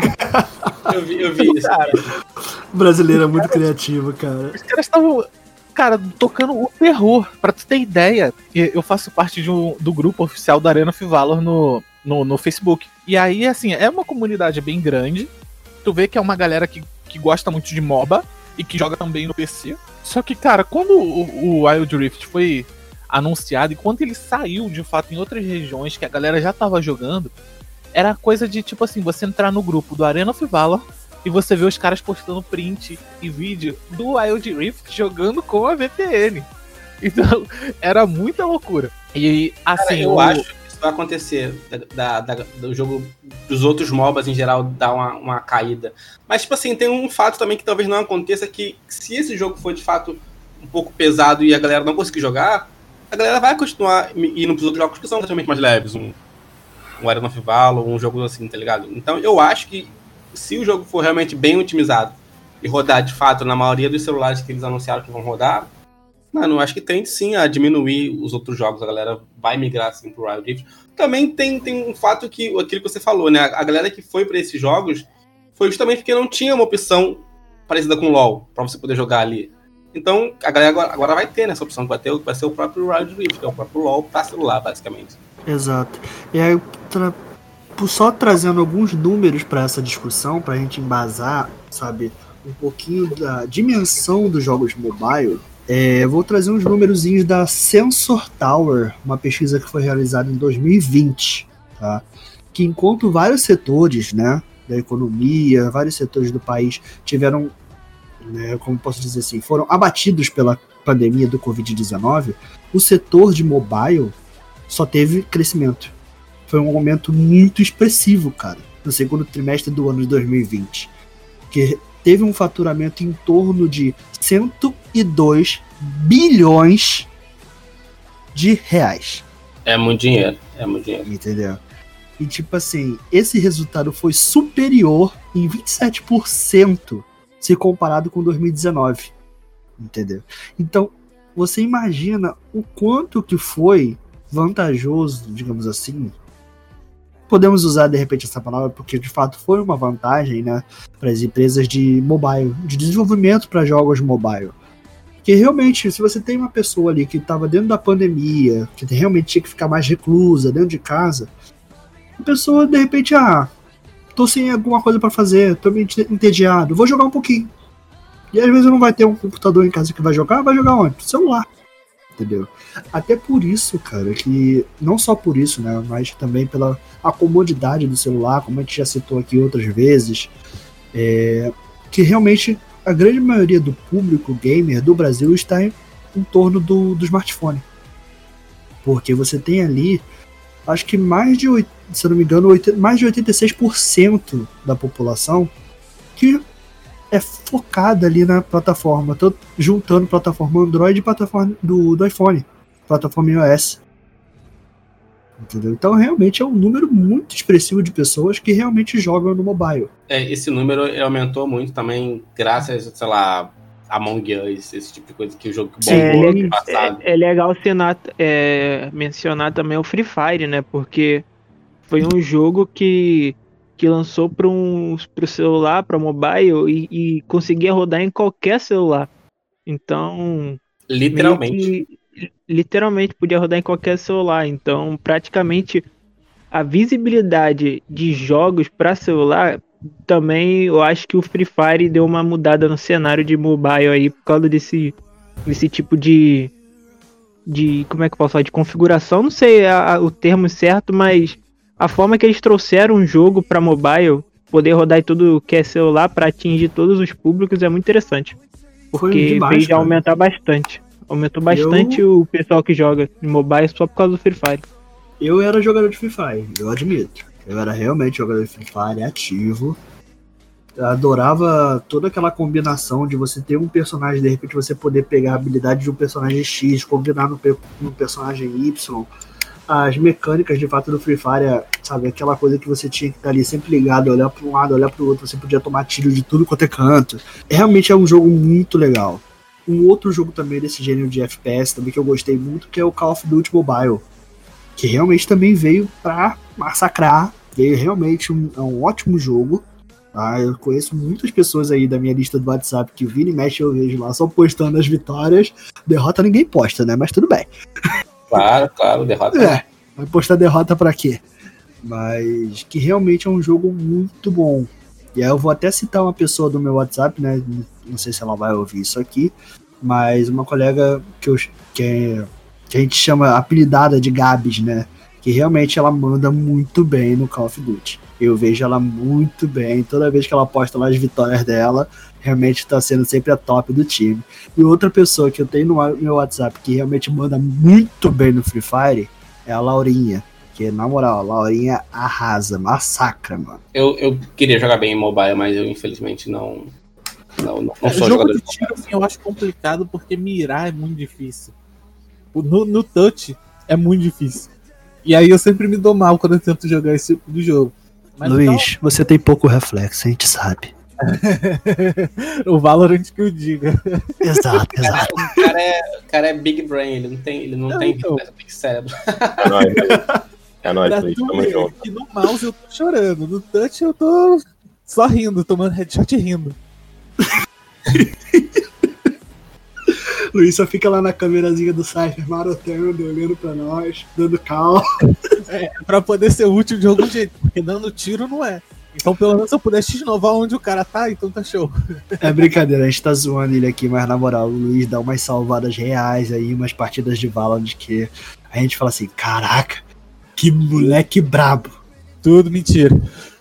Eu vi, eu vi isso, cara. O brasileiro é muito criativo, cara. Os caras estavam, cara, tocando o terror. Pra tu ter ideia, eu faço parte de um, do grupo oficial da Arena of Valor no, no, no Facebook. E aí, assim, é uma comunidade bem grande. Tu vê que é uma galera que, que gosta muito de MOBA e que joga também no P C. Só que, cara, quando o, o Wild Rift foi anunciado e quando ele saiu de fato em outras regiões que a galera já tava jogando, era coisa de tipo assim, você entrar no grupo do Arena of Valor e você vê os caras postando print e vídeo do Wild Rift jogando com a V P N. Então, era muita loucura. E assim, cara, eu o... acho que isso vai acontecer da, da, do jogo dos outros MOBAs em geral dar uma, uma caída. Mas tipo assim, tem um fato também que talvez não aconteça, que se esse jogo for de fato um pouco pesado e a galera não conseguir jogar, a galera vai continuar indo pros outros jogos que são totalmente mais leves, um, um Arena of Valor, um jogo assim, tá ligado? Então eu acho que se o jogo for realmente bem otimizado e rodar de fato na maioria dos celulares que eles anunciaram que vão rodar, mano, eu acho que tende sim a diminuir os outros jogos, a galera vai migrar assim pro Wild Rift. Também tem, tem um fato que, aquilo que você falou, né, a galera que foi pra esses jogos foi justamente porque não tinha uma opção parecida com o LoL, pra você poder jogar ali. Então, a galera agora, agora vai ter nessa opção, que vai, ter, vai ser o próprio Wild Rift, que é o próprio LoL pra celular, basicamente. Exato. E aí, tra... só trazendo alguns números para essa discussão, pra gente embasar, sabe, um pouquinho da dimensão dos jogos mobile, é, eu vou trazer uns númerozinhos da Sensor Tower, uma pesquisa que foi realizada em dois mil e vinte, tá? que enquanto vários setores, né, da economia, vários setores do país tiveram, né, como posso dizer assim, foram abatidos pela pandemia do covid dezenove, o setor de mobile só teve crescimento. Foi um aumento muito expressivo, cara, no segundo trimestre do ano de dois mil e vinte, que teve um faturamento em torno de cento e dois bilhões de reais. É muito dinheiro, é muito dinheiro. Entendeu? E tipo assim, esse resultado foi superior em vinte e sete por cento se comparado com dois mil e dezenove. Entendeu? Então, você imagina o quanto que foi vantajoso, digamos assim. Podemos usar de repente essa palavra porque de fato foi uma vantagem, né, para as empresas de mobile, de desenvolvimento para jogos mobile. Que realmente, se você tem uma pessoa ali que estava dentro da pandemia, que realmente tinha que ficar mais reclusa dentro de casa, a pessoa de repente, ah, tô sem alguma coisa para fazer, tô meio entediado, vou jogar um pouquinho. E às vezes não vai ter um computador em casa que vai jogar, vai jogar onde? No celular. Entendeu? Até por isso, cara, que não só por isso, né, mas também pela a comodidade do celular, como a gente já citou aqui outras vezes, é, que realmente a grande maioria do público gamer do Brasil está em, em torno do, do smartphone. Porque você tem ali, acho que mais de, se eu não me engano, mais de oitenta e seis por cento da população que é focada ali na plataforma. Tô juntando plataforma Android e plataforma do, do iPhone, plataforma iOS. Entendeu? Então realmente é um número muito expressivo de pessoas que realmente jogam no mobile. É, esse número aumentou muito também graças, sei lá, Among Us, esse tipo de coisa que o jogo que bombou é, no passado. É, é legal cenar, é, mencionar também o Free Fire, né? Porque foi um jogo que, que lançou para um, o celular, para mobile e, e conseguia rodar em qualquer celular. Então, literalmente. Que, literalmente podia rodar em qualquer celular. Então, praticamente a visibilidade de jogos para celular também, eu acho que o Free Fire deu uma mudada no cenário de mobile aí por causa desse, desse tipo de, de como é que eu posso falar, de configuração, não sei a, a, o termo certo, mas a forma que eles trouxeram um jogo para mobile, poder rodar em tudo que é celular para atingir todos os públicos é muito interessante, porque demais, fez já aumentar bastante. Aumentou bastante eu... o pessoal que joga em mobile só por causa do Free Fire. Eu era jogador de Free Fire, eu admito. Eu era realmente jogador de Free Fire, ativo. Eu adorava toda aquela combinação de você ter um personagem, de repente você poder pegar a habilidade de um personagem X, combinar no, no personagem Y. As mecânicas de fato do Free Fire, sabe, aquela coisa que você tinha que estar ali sempre ligado, olhar para um lado, olhar para o outro, você podia tomar tiro de tudo quanto é canto. Realmente é um jogo muito legal. Um outro jogo também desse gênero de F P S também que eu gostei muito, que é o Call of Duty Mobile, que realmente também veio pra massacrar, veio realmente um, é um ótimo jogo, tá? Eu conheço muitas pessoas aí da minha lista do WhatsApp que vira e mexe eu vejo lá só postando as vitórias, derrota ninguém posta, né, mas tudo bem. Claro, claro, derrota. É, vai postar derrota pra quê? Mas que realmente é um jogo muito bom. E aí eu vou até citar uma pessoa do meu WhatsApp, né, não sei se ela vai ouvir isso aqui, mas uma colega que, eu, que, é, que a gente chama apelidada de Gabs, né, que realmente ela manda muito bem no Call of Duty. Eu vejo ela muito bem, toda vez que ela posta lá as vitórias dela, realmente está sendo sempre a top do time. E outra pessoa que eu tenho no meu WhatsApp que realmente manda muito bem no Free Fire é a Laurinha. Que, na moral, a Laurinha arrasa, massacra, mano. Eu, eu queria jogar bem em mobile, mas eu infelizmente não. Não, não, não sou é, jogador de tiro, assim, eu acho complicado porque mirar é muito difícil. No, no touch é muito difícil. E aí eu sempre me dou mal quando eu tento jogar esse tipo de jogo. Mas Luiz, então... você tem pouco reflexo, a gente sabe. O Valorant que eu diga. Exato, exato. O cara é, o cara é big brain, ele não tem, ele não não, tem então. big cérebro. É nóis, é nóis, Luiz, tamo junto. Que no mouse eu tô chorando, no touch eu tô só rindo, tomando headshot e rindo. Luiz só fica lá na câmerazinha do Cypher marotando, olhando pra nós, dando cal. É, pra poder ser útil de algum jeito, porque dando tiro não é. Então pelo menos se eu pudesse inovar onde o cara tá, então tá show. É brincadeira, a gente tá zoando ele aqui, mas na moral, o Luiz dá umas salvadas reais aí, umas partidas de Valorant que a gente fala assim, caraca, que moleque brabo. Tudo mentira.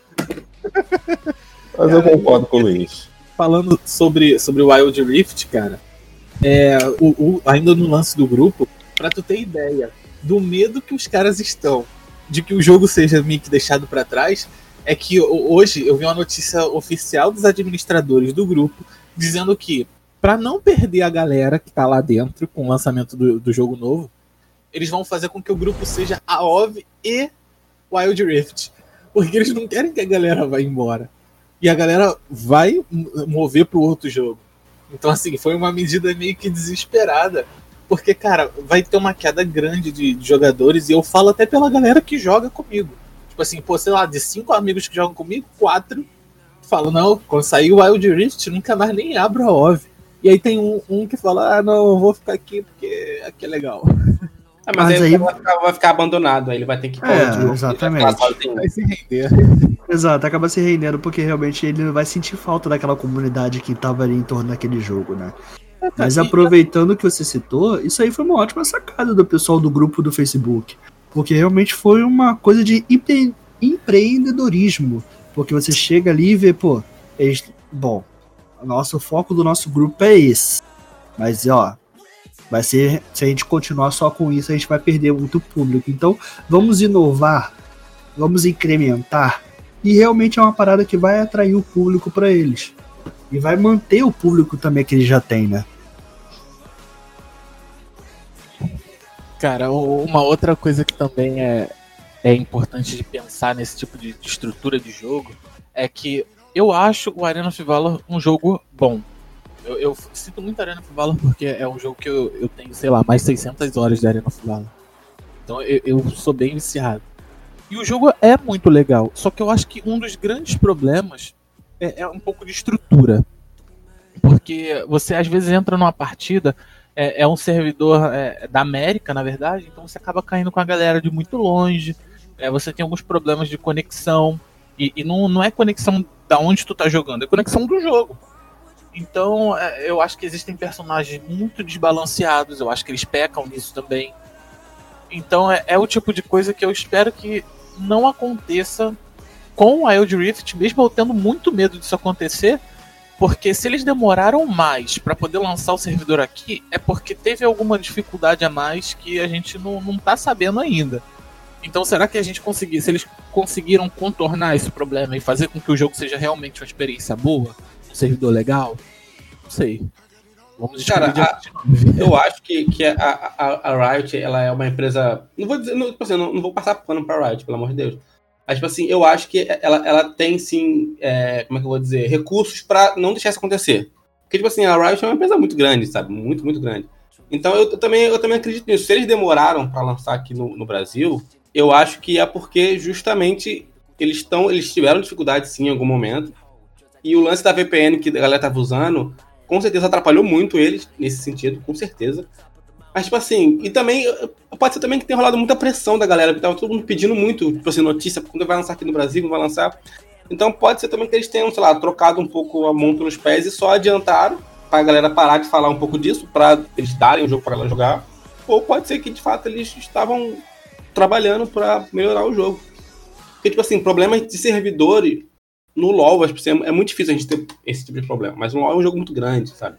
Mas eu concordo com o Luiz. Falando sobre, sobre o Wild Rift, cara, é, o, o, ainda no lance do grupo, pra tu ter ideia do medo que os caras estão de que o jogo seja meio que deixado pra trás, é que hoje eu vi uma notícia oficial dos administradores do grupo dizendo que, pra não perder a galera que tá lá dentro com o lançamento do, do jogo novo, eles vão fazer com que o grupo seja a O V e Wild Rift, porque eles não querem que a galera vá embora. E a galera vai mover pro outro jogo. Então, assim, foi uma medida meio que desesperada. Porque, cara, vai ter uma queda grande de, de jogadores. E eu falo até pela galera que joga comigo. Tipo assim, pô, sei lá, de cinco amigos que jogam comigo, quatro falam, não, quando sair o Wild Rift, nunca mais nem abro a O V. E aí tem um, um que fala, ah, não, eu vou ficar aqui porque aqui é legal. Ah, mas, mas aí, aí... Vai, ficar, vai ficar abandonado, aí ele vai ter que ir é, de novo, exatamente. Vai, vai se render. Exato, acaba se rendendo porque realmente ele vai sentir falta daquela comunidade que estava ali em torno daquele jogo, né? É, tá, mas aproveitando o que você citou, isso aí foi uma ótima sacada do pessoal do grupo do Facebook, porque realmente foi uma coisa de empre... empreendedorismo, porque você chega ali e vê, pô, eles... bom, o nosso foco do nosso grupo é esse, mas ó, vai ser, se a gente continuar só com isso, a gente vai perder muito público. Então, vamos inovar, vamos incrementar, e realmente é uma parada que vai atrair o público para eles. E vai manter o público também que eles já têm, né? Cara, uma outra coisa que também é, é importante de pensar nesse tipo de, de estrutura de jogo é que eu acho o Arena of Valor um jogo bom. Eu, eu sinto muito Arena of Valor porque é um jogo que eu, eu tenho, sei lá, mais seiscentas horas de Arena of Valor. Então eu, eu sou bem viciado. E o jogo é muito legal, só que eu acho que um dos grandes problemas é, é um pouco de estrutura. Porque você às vezes entra numa partida, é, é um servidor é, da América, na verdade, então você acaba caindo com a galera de muito longe, é, você tem alguns problemas de conexão, e, e não, não é conexão da onde tu tá jogando, é conexão do jogo. Então é, eu acho que existem personagens muito desbalanceados, eu acho que eles pecam nisso também. Então é, é o tipo de coisa que eu espero que não aconteça com o Wild Rift, mesmo eu tendo muito medo disso acontecer, porque se eles demoraram mais para poder lançar o servidor aqui, é porque teve alguma dificuldade a mais que a gente não, não tá sabendo ainda. Então será que a gente conseguir, se eles conseguiram contornar esse problema e fazer com que o jogo seja realmente uma experiência boa, um servidor legal? Não sei. Vamos descobrir. Cara, a, eu acho que, que a, a, a Riot, ela é uma empresa... Não vou dizer, não, assim, não, não vou passar pano pra Riot, pelo amor de Deus. Mas, tipo assim, eu acho que ela, ela tem, sim, é, como é que eu vou dizer, recursos pra não deixar isso acontecer. Porque, tipo assim, a Riot é uma empresa muito grande, sabe? Muito, muito grande. Então, eu, eu, também, eu também acredito nisso. Se eles demoraram pra lançar aqui no, no Brasil, eu acho que é porque, justamente, eles, tão, eles tiveram dificuldade, sim, em algum momento. E o lance da V P N que a galera tava usando... Com certeza atrapalhou muito eles nesse sentido, com certeza. Mas, tipo assim, e também, pode ser também que tenha rolado muita pressão da galera, porque tava todo mundo pedindo muito, tipo assim, notícia, quando vai lançar aqui no Brasil, não vai lançar. Então pode ser também que eles tenham, sei lá, trocado um pouco a mão pelos pés e só adiantaram pra galera parar de falar um pouco disso, pra eles darem o jogo pra galera jogar. Ou pode ser que, de fato, eles estavam trabalhando pra melhorar o jogo. Porque, tipo assim, problemas de servidores... No LoL, acho que é muito difícil a gente ter esse tipo de problema, mas no LoL é um jogo muito grande, sabe?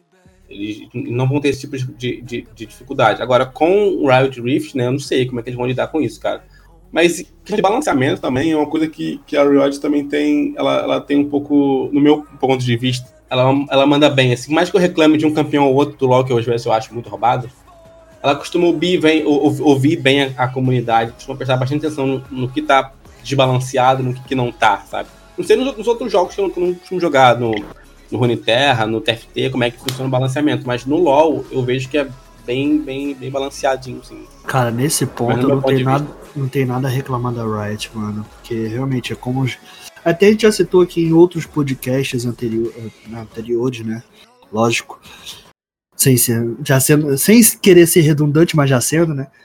Eles não vão ter esse tipo de, de, de dificuldade. Agora, com o Wild Rift, né, eu não sei como é que eles vão lidar com isso, cara. Mas de balanceamento também é uma coisa que, que a Riot também tem, ela, ela tem um pouco, no meu ponto de vista, ela, ela manda bem, assim, mais que eu reclame de um campeão ou outro do LoL, que às vezes eu acho muito roubado, ela costuma ouvir bem, ouvir bem a, a comunidade, costuma prestar bastante atenção no, no que tá desbalanceado, no que, que não tá, sabe? Não sei nos, nos outros jogos que eu não costumo jogar, no, no Runeterra, no T F T, como é que funciona o balanceamento. Mas no LoL, eu vejo que é bem, bem, bem balanceadinho, assim. Cara, nesse ponto não tem, nada, não tem nada a reclamar da Riot, mano. Porque realmente é como... Até a gente já citou aqui em outros podcasts anterior, anteriores, né? Lógico. Sem, ser, já sendo, sem querer ser redundante, mas já sendo, né?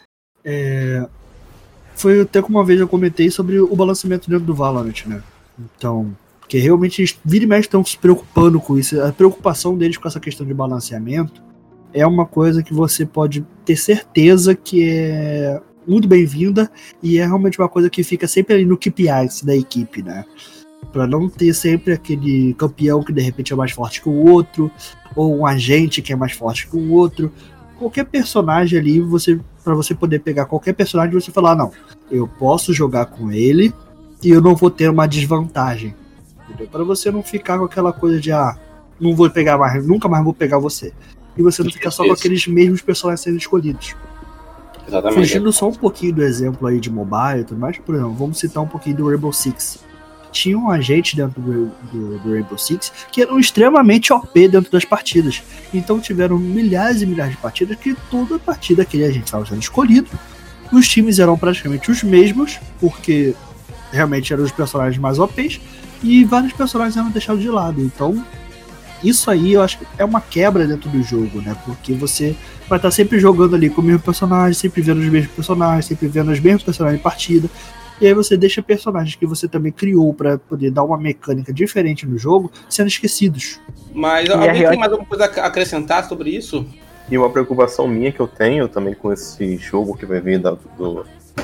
É, foi até que uma vez eu comentei sobre o balanceamento dentro do Valorant, né? Então, porque realmente eles vira e mexe estão se preocupando com isso. A preocupação deles com essa questão de balanceamento é uma coisa que você pode ter certeza que é muito bem-vinda e é realmente uma coisa que fica sempre ali no K P Is da equipe, né? Pra não ter sempre aquele campeão que de repente é mais forte que o outro, ou um agente que é mais forte que o outro. Qualquer personagem ali, você, pra você poder pegar qualquer personagem, você falar, não, eu posso jogar com ele e eu não vou ter uma desvantagem. Entendeu? Pra você não ficar com aquela coisa de, ah, não vou pegar mais, nunca mais vou pegar você. E você não ficar só com aqueles mesmos personagens sendo escolhidos. Exatamente. Fugindo só um pouquinho do exemplo aí de mobile e tudo mais, por exemplo, vamos citar um pouquinho do Rainbow Six. Tinha um agente dentro do, do, do Rainbow Six que eram extremamente O P dentro das partidas. Então tiveram milhares e milhares de partidas que toda partida aquele agente estava sendo escolhido. Os times eram praticamente os mesmos, porque realmente eram os personagens mais O Ps, e vários personagens eram deixados de lado. Então isso aí eu acho que é uma quebra dentro do jogo, né? Porque você vai estar sempre jogando ali com o mesmo personagem, sempre vendo os mesmos personagens, sempre vendo os mesmos personagens em partida. E aí você deixa personagens que você também criou pra poder dar uma mecânica diferente no jogo sendo esquecidos. Mas alguém tem mais alguma coisa a acrescentar sobre isso? E uma preocupação minha que eu tenho também com esse jogo que vai vir da, do,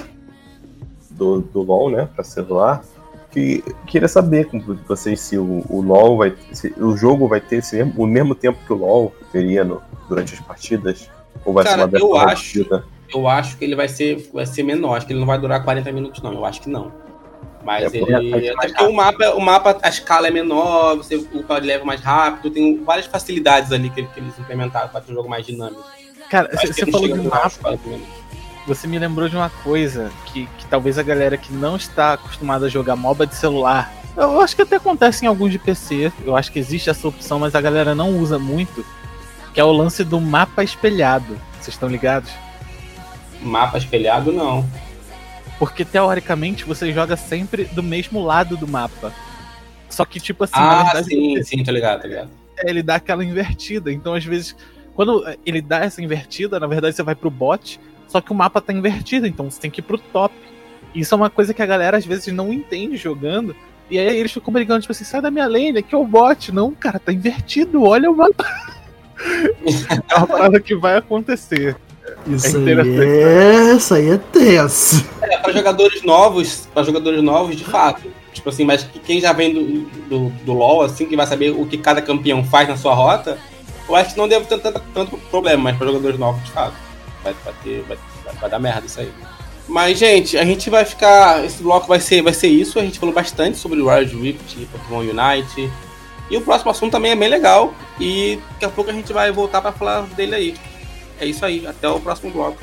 do, do LoL, né, pra celular, que queria saber com vocês se o, o LoL vai, se o jogo vai ter esse, o mesmo tempo que o LoL teria no, durante as partidas, ou vai Cara, ser uma eu versão acho, reduzida? eu acho que ele vai ser, vai ser menor, acho que ele não vai durar quarenta minutos não, eu acho que não. Mas É, ele, até porque o mapa, o mapa, a escala é menor, você upa de level mais rápido, tem várias facilidades ali que, que eles implementaram para ter um jogo mais dinâmico. Cara, Acho você que falou chega de a durar mapa, uns quarenta minutos. você me lembrou de uma coisa que, que talvez a galera que não está acostumada a jogar MOBA de celular, eu acho que até acontece em alguns de P C, eu acho que existe essa opção, mas a galera não usa muito, que é o lance do mapa espelhado. Vocês estão ligados? Mapa espelhado, não. Porque teoricamente você joga sempre do mesmo lado do mapa. Só que, tipo assim, ah, na verdade, sim, você, sim, tô ligado, tô ligado. ele dá aquela invertida. Então, às vezes, quando ele dá essa invertida, na verdade você vai pro bot, só que o mapa tá invertido, então você tem que ir pro top. Isso é uma coisa que a galera às vezes não entende jogando. E aí eles ficam brigando, tipo assim, sai da minha lane, aqui é o bot. Não, cara, tá invertido, olha o mapa. É uma parada que vai acontecer. Isso, É aí, é... Isso aí é tenso. É, pra jogadores novos, pra jogadores novos, de fato. Tipo assim, mas quem já vem do, do, do LoL, assim, que vai saber o que cada campeão faz na sua rota, eu acho que não deve ter tanto, tanto problema, mas pra jogadores novos, de fato, vai, vai, ter, vai, vai dar merda isso aí. Mas, gente, a gente vai ficar... Esse bloco vai ser, vai ser isso. A gente falou bastante sobre o Wild Rift e Pokémon Unite. E o próximo assunto também é bem legal. E daqui a pouco a gente vai voltar pra falar dele aí. É isso aí. Até o próximo bloco.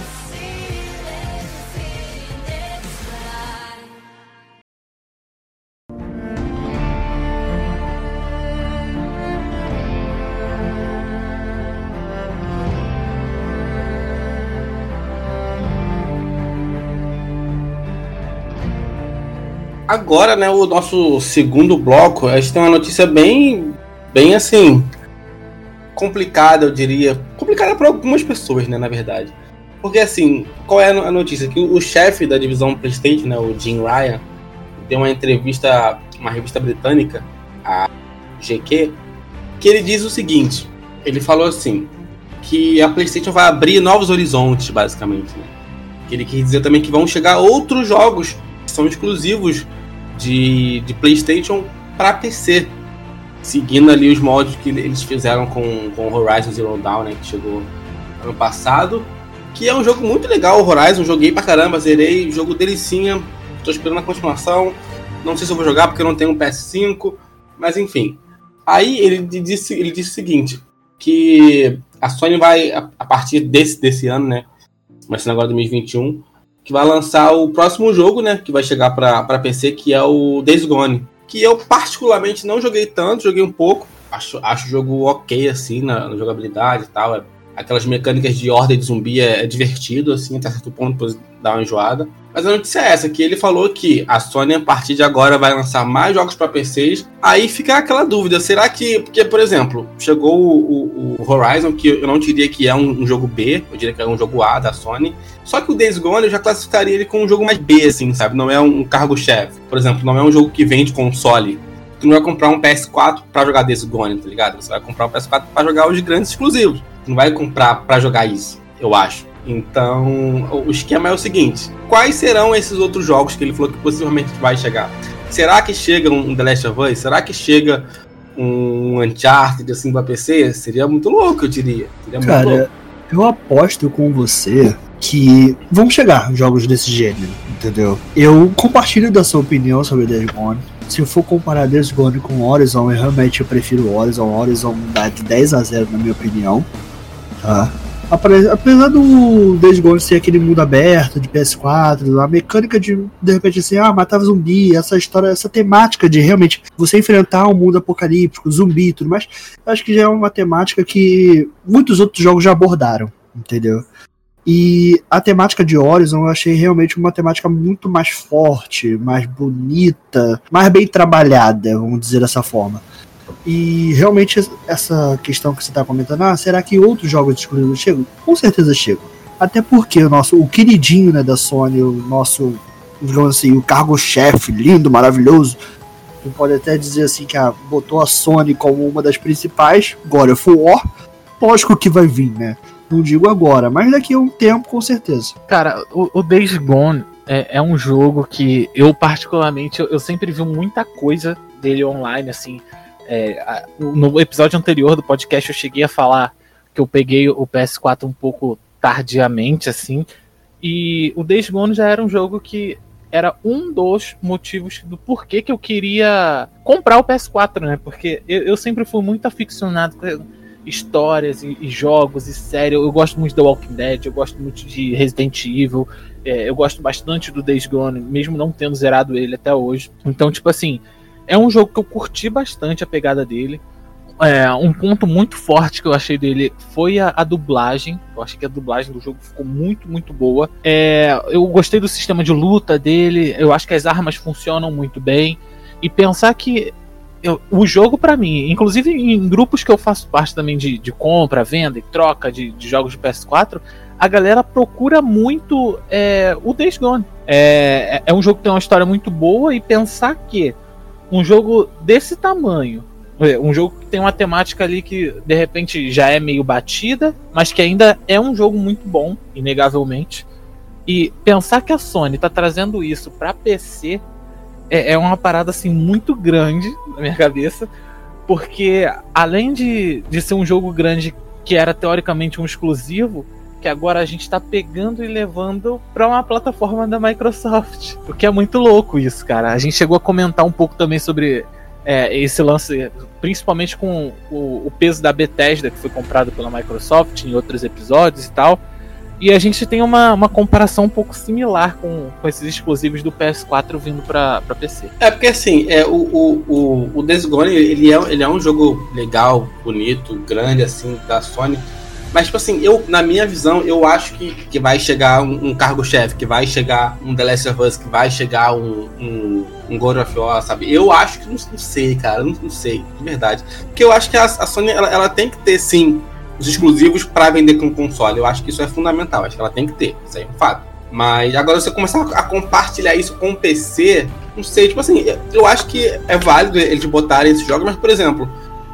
Agora, né, o nosso segundo bloco, a gente tem uma notícia bem, bem assim, complicada, eu diria. Complicada para algumas pessoas, né, na verdade. Porque, assim, qual é a notícia? Que o chefe da divisão PlayStation, né, o Jim Ryan, deu uma entrevista a uma revista britânica, a G Q, que ele diz o seguinte, ele falou assim, que a PlayStation vai abrir novos horizontes, basicamente, né? Que ele quis dizer também que vão chegar outros jogos que são exclusivos de, de PlayStation para P C, seguindo ali os moldes que eles fizeram com, com Horizon Zero Dawn, né, que chegou ano passado, que é um jogo muito legal. O Horizon, joguei pra caramba, zerei, jogo delicinha, tô esperando a continuação, não sei se eu vou jogar porque eu não tenho um P S cinco, mas enfim. Aí ele disse, ele disse o seguinte, que a Sony vai, a partir desse, desse ano, né, começando agora dois mil e vinte e um, que vai lançar o próximo jogo, né, que vai chegar pra, pra P C, que é o Days Gone, que eu particularmente não joguei tanto, joguei um pouco, acho, acho o jogo ok, assim, na, na jogabilidade e tal, é, aquelas mecânicas de ordem de zumbi é, é divertido, assim, até certo ponto, depois dá uma enjoada. Mas a notícia é essa, que ele falou que a Sony, a partir de agora, vai lançar mais jogos para P Cs. Aí fica aquela dúvida, será que... Porque, por exemplo, chegou o, o, o Horizon, que eu não diria que é um, um jogo B, eu diria que é um jogo A da Sony. Só que o Days Gone eu já classificaria ele como um jogo mais B, assim, sabe? Não é um cargo-chefe. Por exemplo, não é um jogo que vende console. Tu não vai comprar um P S quatro pra jogar Days Gone, tá ligado? Você vai comprar um P S quatro pra jogar os grandes exclusivos. Tu não vai comprar pra jogar isso, eu acho. Então, o esquema é o seguinte: quais serão esses outros jogos que ele falou que possivelmente vai chegar? Será que chega um The Last of Us? Será que chega um Uncharted assim pra P C? Seria muito louco, eu diria. Seria muito Cara, louco. Eu aposto com você que vão chegar jogos desse gênero, entendeu? Eu compartilho da sua opinião sobre Days Gone. Se eu for comparar Days Gone com Horizon, eu realmente eu prefiro Horizon. Horizon dá de dez a zero na minha opinião, tá? Apesar do Days Gone ser aquele mundo aberto de P S quatro, a mecânica de, de repente assim, ah, matava zumbi, essa história, essa temática de realmente você enfrentar um mundo apocalíptico, zumbi e tudo mais, acho que já é uma temática que muitos outros jogos já abordaram, entendeu? E a temática de Horizon eu achei realmente uma temática muito mais forte, mais bonita, mais bem trabalhada, vamos dizer dessa forma. E realmente essa questão que você está comentando, ah, será que outros jogos exclusivos chegam? Com certeza chegam. Até porque o nosso, o queridinho, né, da Sony, o nosso, digamos assim, o cargo-chefe lindo, maravilhoso, tu pode até dizer assim que ah, botou a Sony como uma das principais, God of War, lógico que vai vir, né? Não digo agora, mas daqui a um tempo com certeza. Cara, o, o Days Gone é, é um jogo que eu particularmente, eu, eu sempre vi muita coisa dele online, assim. É, no episódio anterior do podcast eu cheguei a falar que eu peguei o P S quatro um pouco tardiamente, assim, e o Days Gone já era um jogo que era um dos motivos do porquê que eu queria comprar o P S quatro, né? Porque eu, eu sempre fui muito aficionado com histórias e, e jogos e séries. Eu, eu gosto muito de The Walking Dead, eu gosto muito de Resident Evil, é, eu gosto bastante do Days Gone, mesmo não tendo zerado ele até hoje. Então, tipo assim, é um jogo que eu curti bastante a pegada dele. É, um ponto muito forte que eu achei dele foi a, a dublagem. Eu achei que a dublagem do jogo ficou muito, muito boa. É, eu gostei do sistema de luta dele. Eu acho que as armas funcionam muito bem. E pensar que eu, o jogo pra mim, inclusive em grupos que eu faço parte também de, de compra, venda e troca de, de jogos de P S quatro, a galera procura muito é, o Days Gone. É, é um jogo que tem uma história muito boa. E pensar que um jogo desse tamanho, um jogo que tem uma temática ali que de repente já é meio batida, mas que ainda é um jogo muito bom, inegavelmente. E pensar que a Sony tá trazendo isso pra P C é, é uma parada assim muito grande na minha cabeça, porque além de, de ser um jogo grande que era teoricamente um exclusivo, que agora a gente tá pegando e levando pra uma plataforma da Microsoft. O que é muito louco isso, cara. A gente chegou a comentar um pouco também sobre é, esse lance, principalmente com o, o peso da Bethesda, que foi comprado pela Microsoft em outros episódios e tal. E a gente tem uma, uma comparação um pouco similar com, com esses exclusivos do P S quatro vindo pra, pra P C. É porque assim, é, o, o, o, o Days Gone, ele é, ele é um jogo legal, bonito, grande, assim, da Sony. Mas, tipo assim, eu, na minha visão, eu acho que, que vai chegar um, um cargo-chefe, que vai chegar um The Last of Us, que vai chegar um, um, um God of War, sabe? Eu acho que, não, não sei, cara, não, não sei, de verdade. Porque eu acho que a, a Sony, ela, ela tem que ter, sim, os exclusivos pra vender com console. Eu acho que isso é fundamental, acho que ela tem que ter, isso aí é um fato. Mas agora você começar a compartilhar isso com o P C, não sei, tipo assim, eu acho que é válido eles botarem esses jogos, mas, por exemplo,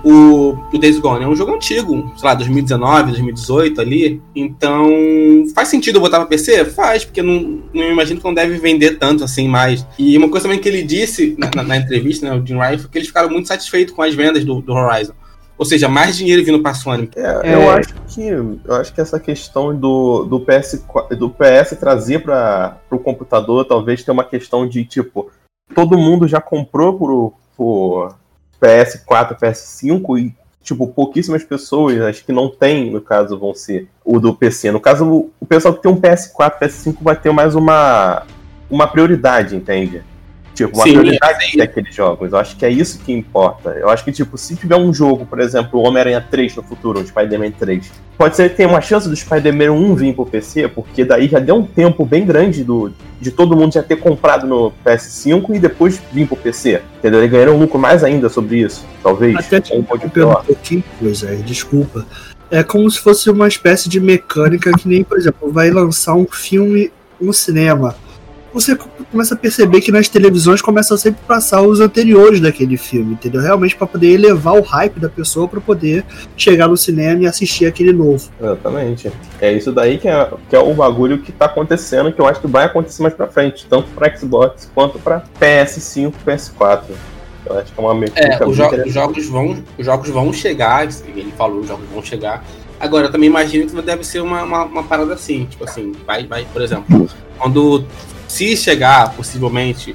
o, o Days Gone é um jogo antigo, sei lá, dois mil e dezenove, dois mil e dezoito ali, então faz sentido eu botar pra P C? Faz, porque não, não imagino que não deve vender tanto assim mais. E uma coisa também que ele disse na, na, na entrevista, né, o Jim Ryan, foi que eles ficaram muito satisfeitos com as vendas do, do Horizon. Ou seja, mais dinheiro vindo pra Sony. É, eu, é... Acho que, eu acho que essa questão do, do, P S, do P S trazer para o computador talvez tenha uma questão de, tipo, todo mundo já comprou por, por P S quatro, P S cinco e, tipo, pouquíssimas pessoas, acho que não tem, no caso, vão ser o do P C. No caso, o, o pessoal que tem um P S quatro, P S cinco vai ter mais uma, uma prioridade, entende? Tipo, uma Sim, prioridade daqueles jogos. Eu acho que é isso que importa. Eu acho que, tipo, se tiver um jogo, por exemplo, o Homem-Aranha três no futuro, o Spider-Man três, pode ser que tenha uma chance do Spider-Man um vir pro P C, porque daí já deu um tempo bem grande do, de todo mundo já ter comprado no P S cinco e depois vir pro P C. Entendeu? Eles ganharam um lucro mais ainda sobre isso, talvez. Até te um pouquinho, pois é, desculpa. É como se fosse uma espécie de mecânica que nem, por exemplo, vai lançar um filme no cinema. você começa a perceber que nas televisões começam a sempre passar os anteriores daquele filme, entendeu? Realmente para poder elevar o hype da pessoa para poder chegar no cinema e assistir aquele novo. Exatamente. É isso daí que é, que é o bagulho que tá acontecendo, que eu acho que vai acontecer mais pra frente, tanto pra Xbox quanto pra P S cinco, P S quatro. Eu acho que é uma mecânica. É, os, jo- os, jogos vão, os jogos vão chegar, ele falou, os jogos vão chegar. Agora, eu também imagino que deve ser uma, uma, uma parada assim, tipo assim, vai, vai, por exemplo, quando, se chegar, possivelmente,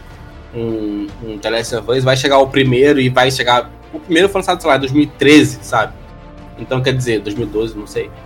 um, um The Last of Us, vai chegar o primeiro e vai chegar, o primeiro foi lançado, sei lá, em dois mil e treze, sabe? Então, quer dizer, dois mil e doze, não sei,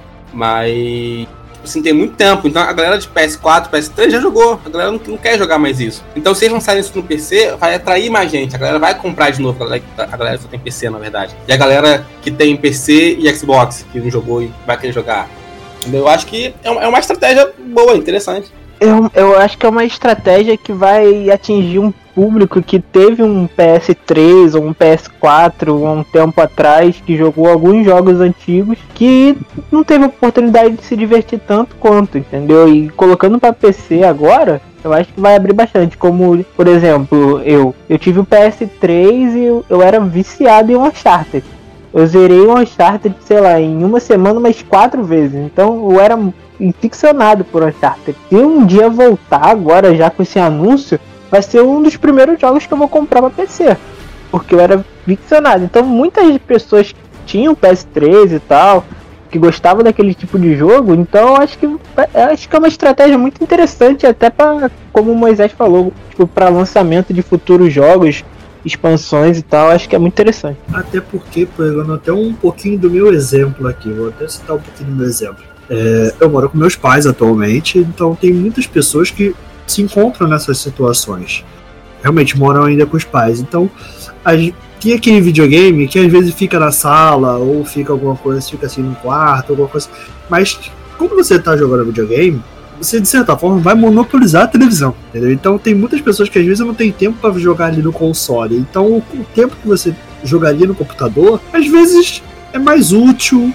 mas... assim, tem muito tempo, então a galera de P S quatro, P S três já jogou, a galera não, não quer jogar mais isso. Então se eles lançarem isso no P C, vai atrair mais gente, a galera vai comprar de novo, a galera, a galera só tem P C, na verdade. E a galera que tem P C e Xbox, que não jogou e vai querer jogar. Eu acho que é uma, é uma estratégia boa, interessante. Eu, eu acho que é uma estratégia que vai atingir um público que teve um P S três ou um P S quatro há um tempo atrás, que jogou alguns jogos antigos, que não teve oportunidade de se divertir tanto quanto, entendeu? E colocando para P C agora, eu acho que vai abrir bastante. Como, por exemplo, eu, eu tive o P S três e eu, eu era viciado em Uncharted. Eu zerei o Uncharted, sei lá, em uma semana umas quatro vezes. Então eu era ficcionado por Uncharted. Se um dia voltar agora já com esse anúncio, vai ser um dos primeiros jogos que eu vou comprar pra P C. Porque eu era ficcionado. Então muitas pessoas que tinham P S três e tal, que gostavam daquele tipo de jogo, então eu acho que, eu acho que é uma estratégia muito interessante, até para, como o Moisés falou, tipo, para lançamento de futuros jogos, expansões e tal, acho que é muito interessante. Até porque, pegando até um pouquinho do meu exemplo aqui, vou até citar um pouquinho do meu exemplo. É, eu moro com meus pais atualmente, então tem muitas pessoas que se encontram nessas situações. Realmente moram ainda com os pais. Então, a gente tem aquele videogame que às vezes fica na sala, ou fica alguma coisa, fica assim no quarto, alguma coisa. Mas, quando você está jogando videogame, você de certa forma vai monopolizar a televisão, entendeu? Então tem muitas pessoas que às vezes não tem tempo para jogar ali no console. Então o tempo que você jogaria no computador, às vezes é mais útil,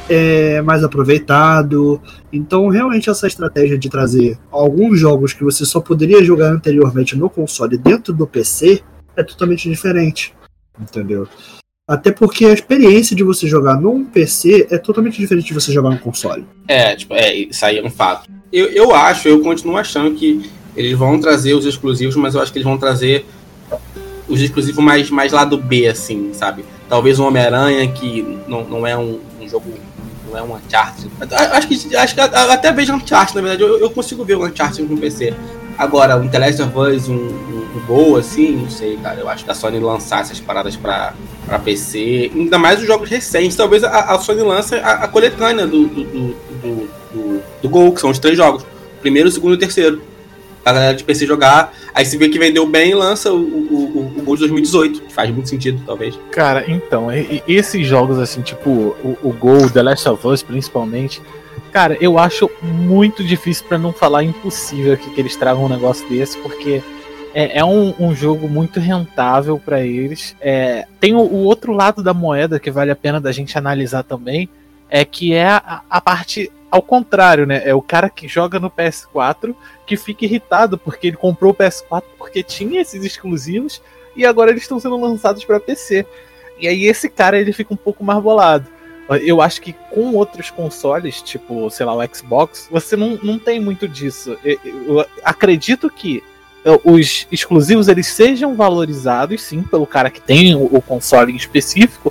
é mais aproveitado. Então realmente essa estratégia de trazer alguns jogos que você só poderia jogar anteriormente no console dentro do P C é totalmente diferente, entendeu? Até porque a experiência de você jogar num P C é totalmente diferente de você jogar no console. É, tipo, é, isso aí é um fato. Eu, eu acho, eu continuo achando que eles vão trazer os exclusivos, mas eu acho que eles vão trazer os exclusivos mais, mais lado B, assim, sabe? Talvez um Homem-Aranha, que não, não é um, um jogo, não é um Uncharted. Acho que, acho que até vejo Uncharted, na verdade, eu, eu consigo ver o Uncharted no P C. Agora, um The Last of Us, um, um, um Gol, assim, não sei, cara. Eu acho que a Sony lançar essas paradas pra, pra P C, ainda mais os jogos recentes. Talvez a, a Sony lance a, a coletânea do, do, do, do, do, do Gol, que são os três jogos. Primeiro, segundo e terceiro. Pra galera de P C jogar. Aí se vê que vendeu bem, lança o, o, o, o Gol de dois mil e dezoito. Que faz muito sentido, talvez. Cara, então, e, e esses jogos, assim, tipo o, o Gol, The Last of Us, principalmente... Cara, eu acho muito difícil, pra não falar impossível, que, que eles tragam um negócio desse, porque é, é um, um jogo muito rentável pra eles. É, tem o, o outro lado da moeda que vale a pena da gente analisar também, é que é a, a parte ao contrário, né? É o cara que joga no P S quatro que fica irritado porque ele comprou o P S quatro porque tinha esses exclusivos e agora eles estão sendo lançados pra P C. E aí esse cara ele fica um pouco mais bolado. Eu acho que com outros consoles, tipo, sei lá, o Xbox, você não, não tem muito disso. Eu, eu acredito que os exclusivos eles sejam valorizados, sim, pelo cara que tem o, o console em específico,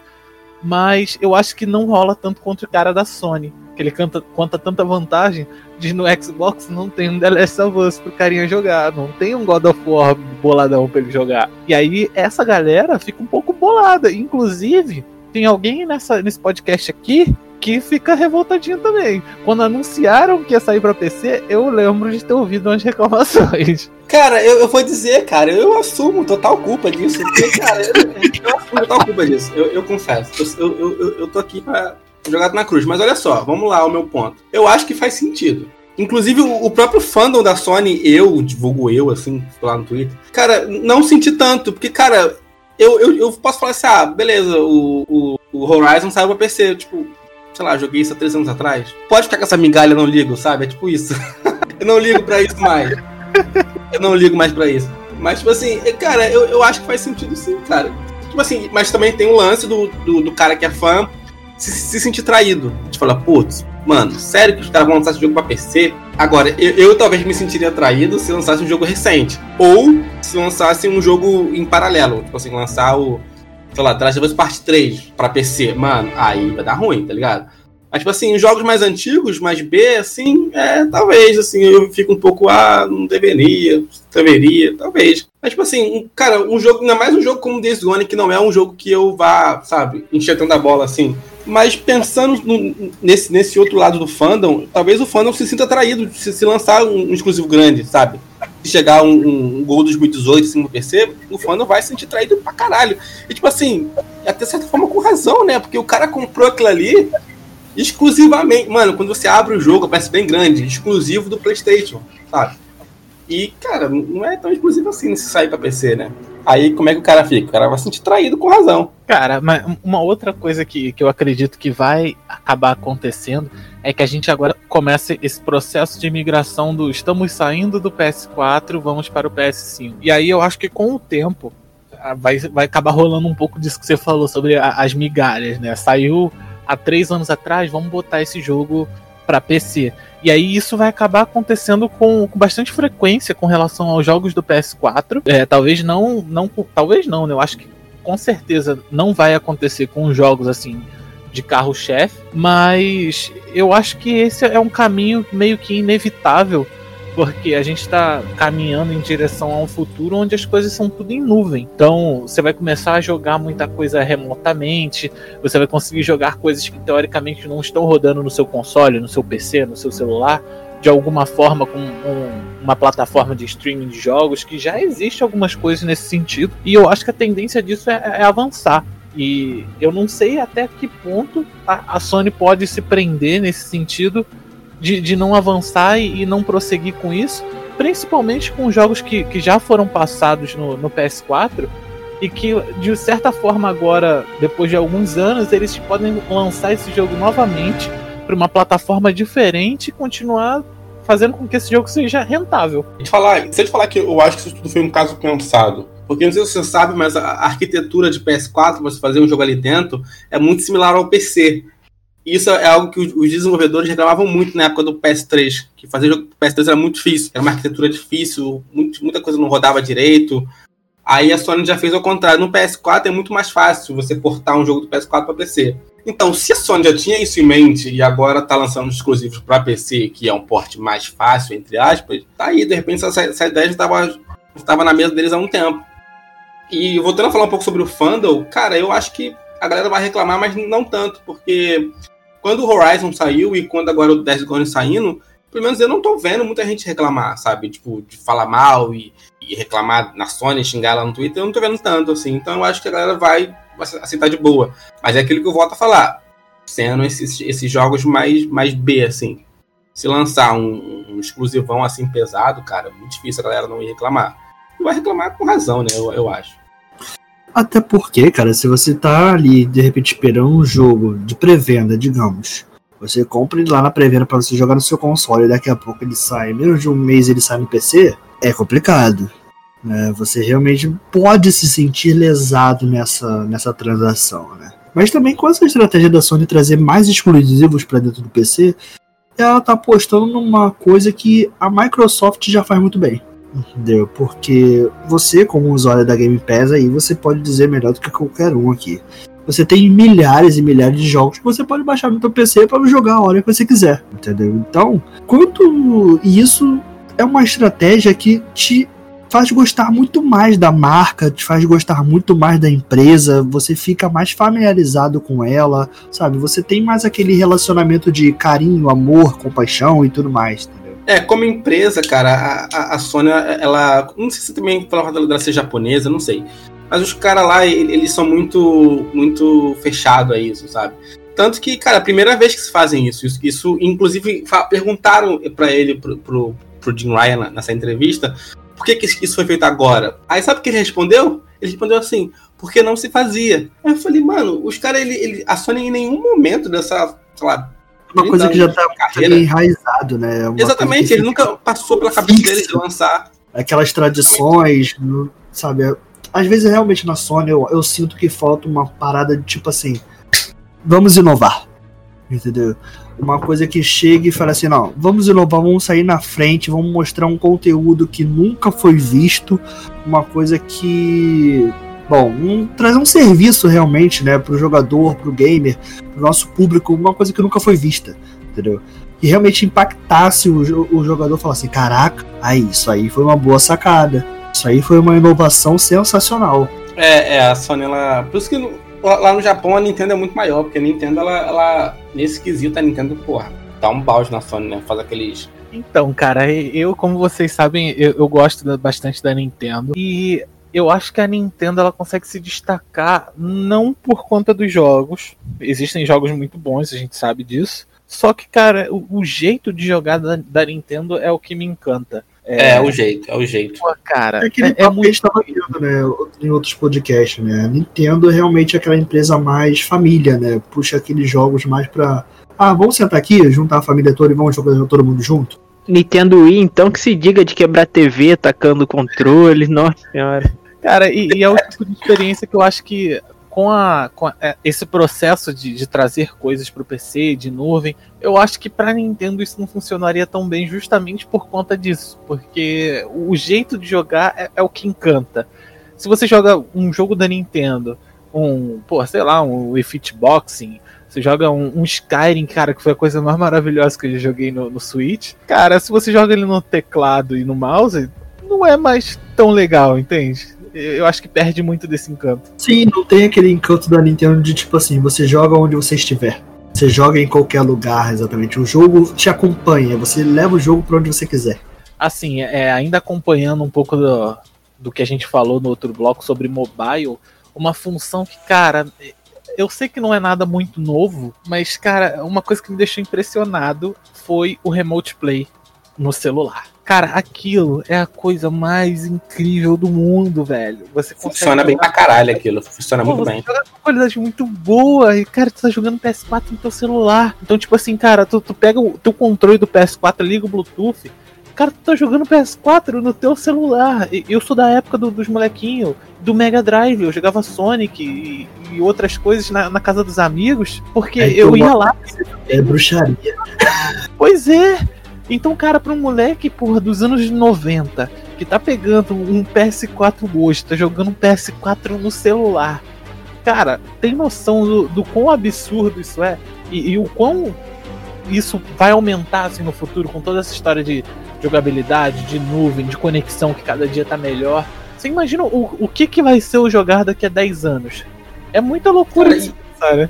mas eu acho que não rola tanto contra o cara da Sony, que ele canta, conta tanta vantagem de no Xbox não tem um The Last of Us pro carinha jogar, não tem um God of War boladão pra ele jogar. E aí essa galera fica um pouco bolada, inclusive... Tem alguém nessa, nesse podcast aqui que fica revoltadinho também. Quando anunciaram que ia sair pra P C, eu lembro de ter ouvido umas reclamações. Cara, eu, eu vou dizer, cara, eu assumo total culpa disso. Porque, cara, eu, eu assumo total culpa disso. Eu, eu confesso. Eu, eu, eu, eu tô aqui pra jogar na cruz. Mas olha só, vamos lá, o meu ponto. Eu acho que faz sentido. Inclusive, o, o próprio fandom da Sony, eu, divulgo eu, assim, lá no Twitter, cara, não senti tanto. Porque, cara... Eu, eu, eu posso falar assim, ah, beleza, o, o, o Horizon saiu pra P C, tipo, sei lá, joguei isso há três anos atrás. Pode ficar com essa migalha, eu não ligo, sabe? É tipo isso. Eu não ligo pra isso mais. eu não ligo mais pra isso. Mas, tipo assim, cara, eu, eu acho que faz sentido sim, cara. Tipo assim, mas também tem um lance do, do, do cara que é fã se, se sentir traído. A gente fala, putz, mano, sério que os caras vão lançar esse jogo pra P C? Agora, eu, eu talvez me sentiria traído se lançasse um jogo recente. Ou se lançasse um jogo em paralelo. Tipo assim, lançar o, sei lá, The Last of Us Part três pra P C. Mano, aí vai dar ruim, tá ligado? Mas, tipo assim, jogos mais antigos, mais B, assim, é, talvez, assim, eu fico um pouco, ah, não deveria, deveria, talvez. Mas, tipo assim, um, cara, um jogo, ainda mais um jogo como Days Gone, que não é um jogo que eu vá, sabe, enxertando a bola, assim. Mas pensando no, nesse, nesse outro lado do fandom, talvez o fandom se sinta atraído se, se lançar um, um exclusivo grande, sabe? Se chegar um, um, um gol dos dois mil e dezoito assim no P C, o fandom vai se sentir traído pra caralho. E, tipo assim, até certa forma com razão, né? Porque o cara comprou aquilo ali exclusivamente, mano, quando você abre o jogo, aparece bem grande, exclusivo do PlayStation, sabe? E, cara, não é tão exclusivo assim se sair pra P C, né? Aí, como é que o cara fica? O cara vai se sentir traído com razão. Cara, mas uma outra coisa que, que eu acredito que vai acabar acontecendo é que a gente agora começa esse processo de migração do estamos saindo do P S quatro, vamos para o P S cinco. E aí eu acho que com o tempo vai, vai acabar rolando um pouco disso que você falou sobre a, as migalhas, né? Saiu há três anos atrás, vamos botar esse jogo para P C. E aí isso vai acabar acontecendo com, com bastante frequência com relação aos jogos do P S quatro. É, talvez não, não, talvez não, né? Eu acho que com certeza não vai acontecer com jogos assim de carro-chefe, mas eu acho que esse é um caminho meio que inevitável, porque a gente está caminhando em direção a um futuro onde as coisas são tudo em nuvem. Então você vai começar a jogar muita coisa remotamente, você vai conseguir jogar coisas que teoricamente não estão rodando no seu console, no seu P C, no seu celular, de alguma forma com um, uma plataforma de streaming de jogos, que já existe algumas coisas nesse sentido, e eu acho que a tendência disso é, é avançar. E eu não sei até que ponto a, a Sony pode se prender nesse sentido De, de não avançar e, e não prosseguir com isso, principalmente com jogos que, que já foram passados no, no P S quatro e que, de certa forma, agora, depois de alguns anos, eles podem lançar esse jogo novamente para uma plataforma diferente e continuar fazendo com que esse jogo seja rentável. Se eu te falar que eu acho que isso tudo foi um caso pensado, porque não sei se você sabe, mas a arquitetura de P S quatro, você fazer um jogo ali dentro, é muito similar ao P C. Isso é algo que os desenvolvedores reclamavam muito na época do P S três, que fazer jogo do P S três era muito difícil, era uma arquitetura difícil, muito, muita coisa não rodava direito. Aí a Sony já fez ao contrário, no P S quatro é muito mais fácil você portar um jogo do P S quatro para P C. Então, se a Sony já tinha isso em mente e agora está lançando os exclusivos para P C, que é um porte mais fácil, entre aspas, tá aí, de repente essa, essa ideia já estava estava na mesa deles há um tempo. E voltando a falar um pouco sobre o fandom, cara, eu acho que a galera vai reclamar, mas não tanto, porque quando o Horizon saiu e quando agora o Days Gone saindo, pelo menos eu não tô vendo muita gente reclamar, sabe? Tipo, de falar mal e, e reclamar na Sony, xingar lá no Twitter, eu não tô vendo tanto, assim. Então eu acho que a galera vai aceitar de boa. Mas é aquilo que eu volto a falar, sendo esses, esses jogos mais, mais B, assim. Se lançar um, um exclusivão assim pesado, cara, é muito difícil a galera não ir reclamar. E vai reclamar com razão, né? Eu, eu acho. Até porque, cara, se você tá ali, de repente, esperando um jogo de pré-venda, digamos, você compra ele lá na pré-venda pra você jogar no seu console e daqui a pouco ele sai, menos de um mês ele sai no P C, é complicado, né? Você realmente pode se sentir lesado nessa, nessa transação, né? Mas também com essa estratégia da Sony trazer mais exclusivos pra dentro do P C, ela tá apostando numa coisa que a Microsoft já faz muito bem. Entendeu? Porque você, como usuário da Game Pass, aí você pode dizer melhor do que qualquer um aqui. Você tem milhares e milhares de jogos que você pode baixar no seu P C para jogar a hora que você quiser, entendeu? Então, quanto isso é uma estratégia que te faz gostar muito mais da marca, te faz gostar muito mais da empresa, você fica mais familiarizado com ela, sabe? Você tem mais aquele relacionamento de carinho, amor, compaixão e tudo mais, entendeu? É, como empresa, cara, a, a Sony, ela... Não sei se também pela fato dela ser japonesa, não sei. Mas os caras lá, eles são muito, muito fechados a isso, sabe? Tanto que, cara, a primeira vez que se fazem isso, isso, isso inclusive, perguntaram pra ele, pro, pro, pro Jim Ryan, nessa entrevista, por que, que isso foi feito agora? Aí sabe o que ele respondeu? Ele respondeu assim, porque não se fazia. Aí eu falei, mano, os caras, ele, ele, a Sony em nenhum momento dessa, sei lá, uma coisa que já tá enraizado, né? Uma exatamente, ele nunca passou pela cabeça dele de lançar aquelas tradições, sabe? Às vezes, realmente, na Sony, eu, eu sinto que falta uma parada de tipo assim, vamos inovar, entendeu? Uma coisa que chega e fala assim, não, vamos inovar, vamos sair na frente, vamos mostrar um conteúdo que nunca foi visto, uma coisa que, bom, um, trazer um serviço realmente, né, pro jogador, pro gamer, pro nosso público, uma coisa que nunca foi vista, entendeu? Que realmente impactasse o, o jogador, falar assim, caraca, aí, isso aí foi uma boa sacada, isso aí foi uma inovação sensacional. É, é a Sony, ela, por isso que no, lá no Japão a Nintendo é muito maior, porque a Nintendo, ela, ela nesse quesito, a Nintendo, porra, dá um balde na Sony, né, faz aqueles... Então, cara, eu, como vocês sabem, eu, eu gosto bastante da Nintendo, e eu acho que a Nintendo, ela consegue se destacar não por conta dos jogos, existem jogos muito bons, a gente sabe disso, só que, cara, o, o jeito de jogar da, da Nintendo é o que me encanta. É, é o jeito, é o jeito. Pô, cara, é aquele é, é muito... que a gente tava vendo, né, em outros podcasts, né? A Nintendo é realmente aquela empresa mais família, né? Puxa aqueles jogos mais pra... Ah, vamos sentar aqui, juntar a família toda e vamos jogar todo mundo junto? Nintendo Wii, então, que se diga de quebrar T V, tacando controle, nossa senhora. Cara, e, e é o tipo de experiência que eu acho que com, a, com a, esse processo de, de trazer coisas pro P C, de nuvem, eu acho que pra Nintendo isso não funcionaria tão bem justamente por conta disso, porque o jeito de jogar é, é o que encanta. Se você joga um jogo da Nintendo, um, pô, sei lá, um Wii Fit Boxing, você joga um, um Skyrim, cara, que foi a coisa mais maravilhosa que eu joguei no, no Switch, cara, se você joga ele no teclado e no mouse, não é mais tão legal, entende? Eu acho que perde muito desse encanto. Sim, não tem aquele encanto da Nintendo de tipo assim, você joga onde você estiver. Você joga em qualquer lugar, exatamente. O jogo te acompanha, você leva o jogo pra onde você quiser. Assim, é, ainda acompanhando um pouco do, do que a gente falou no outro bloco sobre mobile, uma função que, cara, eu sei que não é nada muito novo, mas, cara, uma coisa que me deixou impressionado foi o Remote Play no celular. Cara, aquilo é a coisa mais incrível do mundo, velho. Você funciona bem pra caralho aquilo, funciona Pô, muito você bem. Joga com qualidade muito boa e, cara, tu tá jogando P S quatro no teu celular. Então, tipo assim, cara, tu, tu pega o teu controle do P S quatro, liga o Bluetooth, cara, tu tá jogando P S quatro no teu celular. Eu sou da época do, dos molequinhos, do Mega Drive, eu jogava Sonic e, e outras coisas na, na casa dos amigos, porque é, eu ia lá... É bruxaria. Pois é. Então, cara, pra um moleque, porra, dos anos noventa, que tá pegando um P S quatro hoje, tá jogando um P S quatro no celular, cara, tem noção do, do quão absurdo isso é? E, e o quão isso vai aumentar, assim, no futuro, com toda essa história de jogabilidade, de nuvem, de conexão, que cada dia tá melhor. Você imagina o, o que, que vai ser o jogar daqui a dez anos? É muita loucura cara, isso, sabe?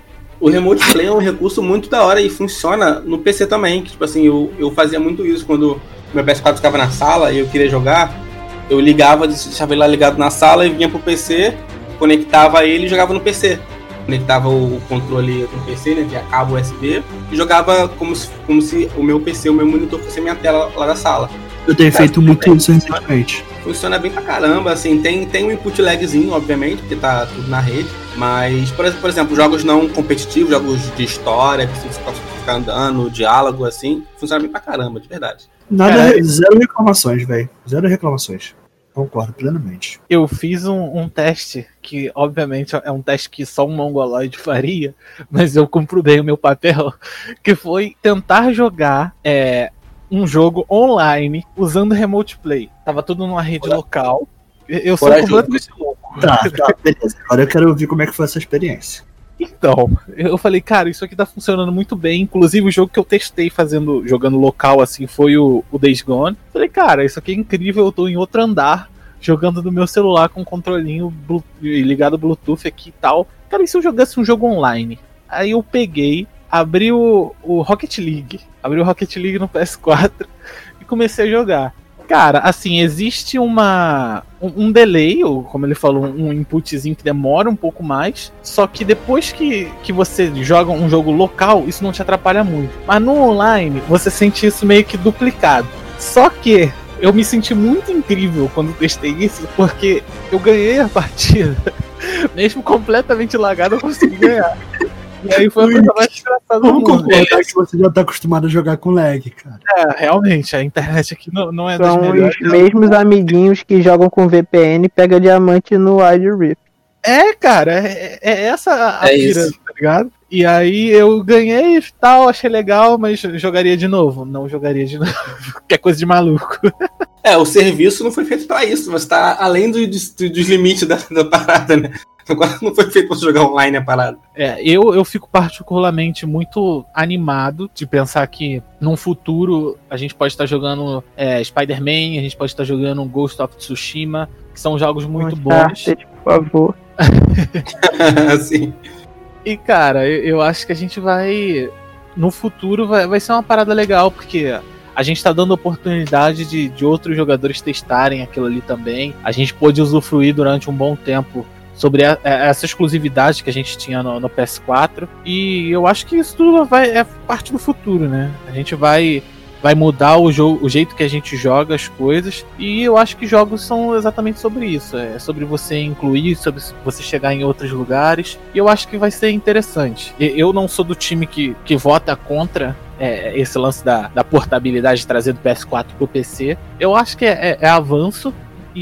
O Remote Play é um recurso muito da hora e funciona no P C também. Que, tipo assim, eu, eu fazia muito isso quando meu P S quatro ficava na sala e eu queria jogar. Eu ligava, deixava ele lá ligado na sala e vinha pro P C, conectava ele e jogava no P C. Conectava o controle no P C, né, via cabo U S B, e jogava como se, como se o meu P C, o meu monitor fosse a minha tela lá da sala. Eu tenho Cara, feito muito isso recentemente. Funciona bem pra caramba, assim, tem, tem um input lagzinho, obviamente, porque tá tudo na rede, mas, por, por exemplo, jogos não competitivos, jogos de história, que você fica andando, diálogo, assim, funciona bem pra caramba, de verdade. Nada, Cara, zero reclamações, velho, zero reclamações. Concordo plenamente. Eu fiz um, um teste que, obviamente, é um teste que só um mongoloide faria, mas eu cumpro bem o meu papel, que foi tentar jogar é, um jogo online usando Remote Play. Tava tudo numa rede Por local. Eu sou completamente louco. Tá, tá, beleza. Agora eu quero ouvir como é que foi essa experiência. Então, eu falei, cara, isso aqui tá funcionando muito bem. Inclusive, o jogo que eu testei fazendo, jogando local, assim, foi o, o Days Gone. Falei, cara, isso aqui é incrível, eu tô em outro andar, jogando no meu celular com um controlinho ligado ao Bluetooth aqui e tal. Cara, e se eu jogasse um jogo online? Aí eu peguei, abri o, o Rocket League, abri o Rocket League no P S quatro e comecei a jogar. Cara, assim, existe uma um, um delay, ou como ele falou, um inputzinho que demora um pouco mais, só que depois que, que você joga um jogo local, isso não te atrapalha muito. Mas no online, você sente isso meio que duplicado. Só que eu me senti muito incrível quando testei isso, porque eu ganhei a partida, mesmo completamente lagado, eu consegui ganhar. E aí foi a coisa mais engraçada do Vamos mundo. concordar que você já tá acostumado a jogar com lag, cara. É, realmente, a internet aqui não, não é das São melhores. os mesmos amiguinhos que jogam com V P N e pegam diamante no Wild Rift. É, cara, é, é essa a É pira, isso. tá ligado? E aí eu ganhei e tal, achei legal, mas jogaria de novo. Não jogaria de novo, que é coisa de maluco. É, o serviço não foi feito pra isso, você tá além do, dos, dos limites da, da parada, né? Agora não foi feito pra jogar online a parada. É, eu, eu fico particularmente muito animado de pensar que num futuro a gente pode estar jogando é, Spider-Man, a gente pode estar jogando Ghost of Tsushima, que são jogos muito bons. Uncharted, por favor. Assim. E, cara, eu, eu acho que a gente vai... No futuro vai, vai ser uma parada legal, porque a gente tá dando oportunidade de, de outros jogadores testarem aquilo ali também. A gente pôde usufruir durante um bom tempo sobre a, essa exclusividade que a gente tinha no, no P S quatro. E eu acho que isso tudo vai, é parte do futuro, né? A gente vai... vai mudar o, jogo, o jeito que a gente joga as coisas, e eu acho que jogos são exatamente sobre isso, é sobre você incluir, sobre você chegar em outros lugares, e eu acho que vai ser interessante. Eu não sou do time que, que vota contra é, esse lance da, da portabilidade de trazer do P S quatro pro P C, eu acho que é, é, é avanço,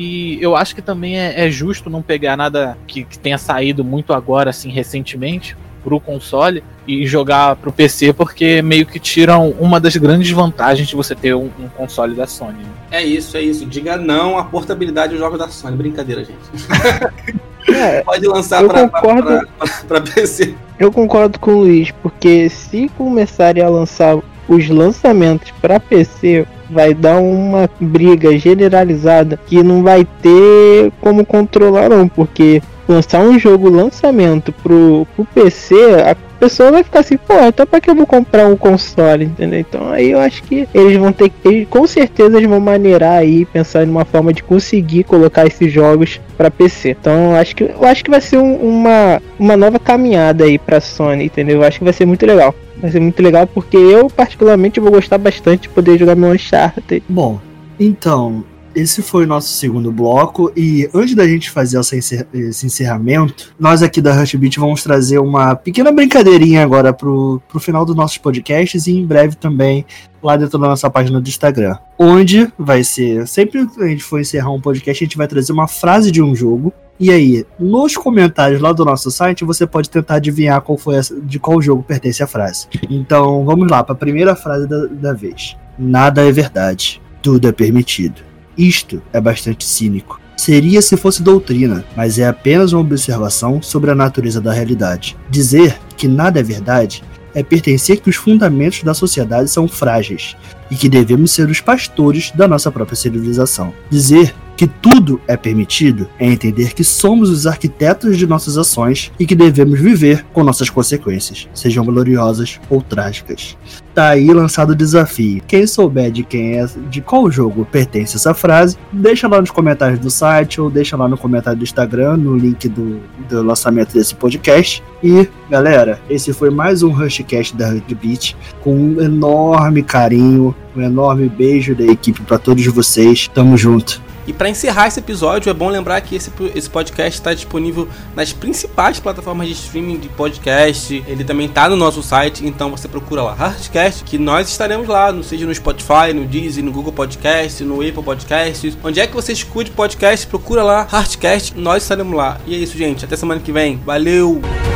e eu acho que também é, é justo não pegar nada que, que tenha saído muito agora, assim, recentemente, pro console e jogar pro P C, porque meio que tiram uma das grandes vantagens de você ter um, um console da Sony. É isso, é isso. Diga não à portabilidade dos jogos da Sony. Brincadeira, gente. É, Pode lançar eu pra, concordo. pra, pra, pra P C. Eu concordo com o Luiz, porque se começarem a lançar os lançamentos para P C, vai dar uma briga generalizada que não vai ter como controlar não, porque lançar um jogo lançamento pro, pro P C, a pessoa vai ficar assim, pô, então pra que eu vou comprar um console, entendeu? Então aí eu acho que eles vão ter que, com certeza eles vão maneirar aí, pensar em uma forma de conseguir colocar esses jogos pra P C. Então eu acho que, eu acho que vai ser um, uma, uma nova caminhada aí pra Sony, entendeu? Eu acho que vai ser muito legal. Vai ser muito legal porque eu particularmente vou gostar bastante de poder jogar meu Uncharted. Bom, então, esse foi o nosso segundo bloco, e antes da gente fazer essa encer- esse encerramento, nós aqui da Heartbeat vamos trazer uma pequena brincadeirinha agora pro, pro final dos nossos podcasts, e em breve também lá dentro da nossa página do Instagram, onde vai ser, sempre que a gente for encerrar um podcast, a gente vai trazer uma frase de um jogo, e aí, nos comentários lá do nosso site, você pode tentar adivinhar qual foi essa, de qual jogo pertence a frase. Então, vamos lá, para a primeira frase da, da vez. Nada é verdade, tudo é permitido. Isto é bastante cínico. Seria se fosse doutrina, mas é apenas uma observação sobre a natureza da realidade. Dizer que nada é verdade é pertencer que os fundamentos da sociedade são frágeis e que devemos ser os pastores da nossa própria civilização. Dizer que tudo é permitido é entender que somos os arquitetos de nossas ações e que devemos viver com nossas consequências, sejam gloriosas ou trágicas. Tá aí lançado o desafio. Quem souber de quem é, de qual jogo pertence essa frase, deixa lá nos comentários do site ou deixa lá no comentário do Instagram, no link do, do lançamento desse podcast. E, galera, esse foi mais um Rushcast da Heartbeat, com um enorme carinho, um enorme beijo da equipe para todos vocês. Tamo junto. E para encerrar esse episódio, é bom lembrar que esse, esse podcast está disponível nas principais plataformas de streaming de podcast. Ele também está no nosso site, então você procura lá, Heartcast, que nós estaremos lá, seja no Spotify, no Deezer, no Google Podcast, no Apple Podcasts. Onde é que você escute podcast, procura lá, Heartcast, nós estaremos lá. E é isso, gente. Até semana que vem. Valeu!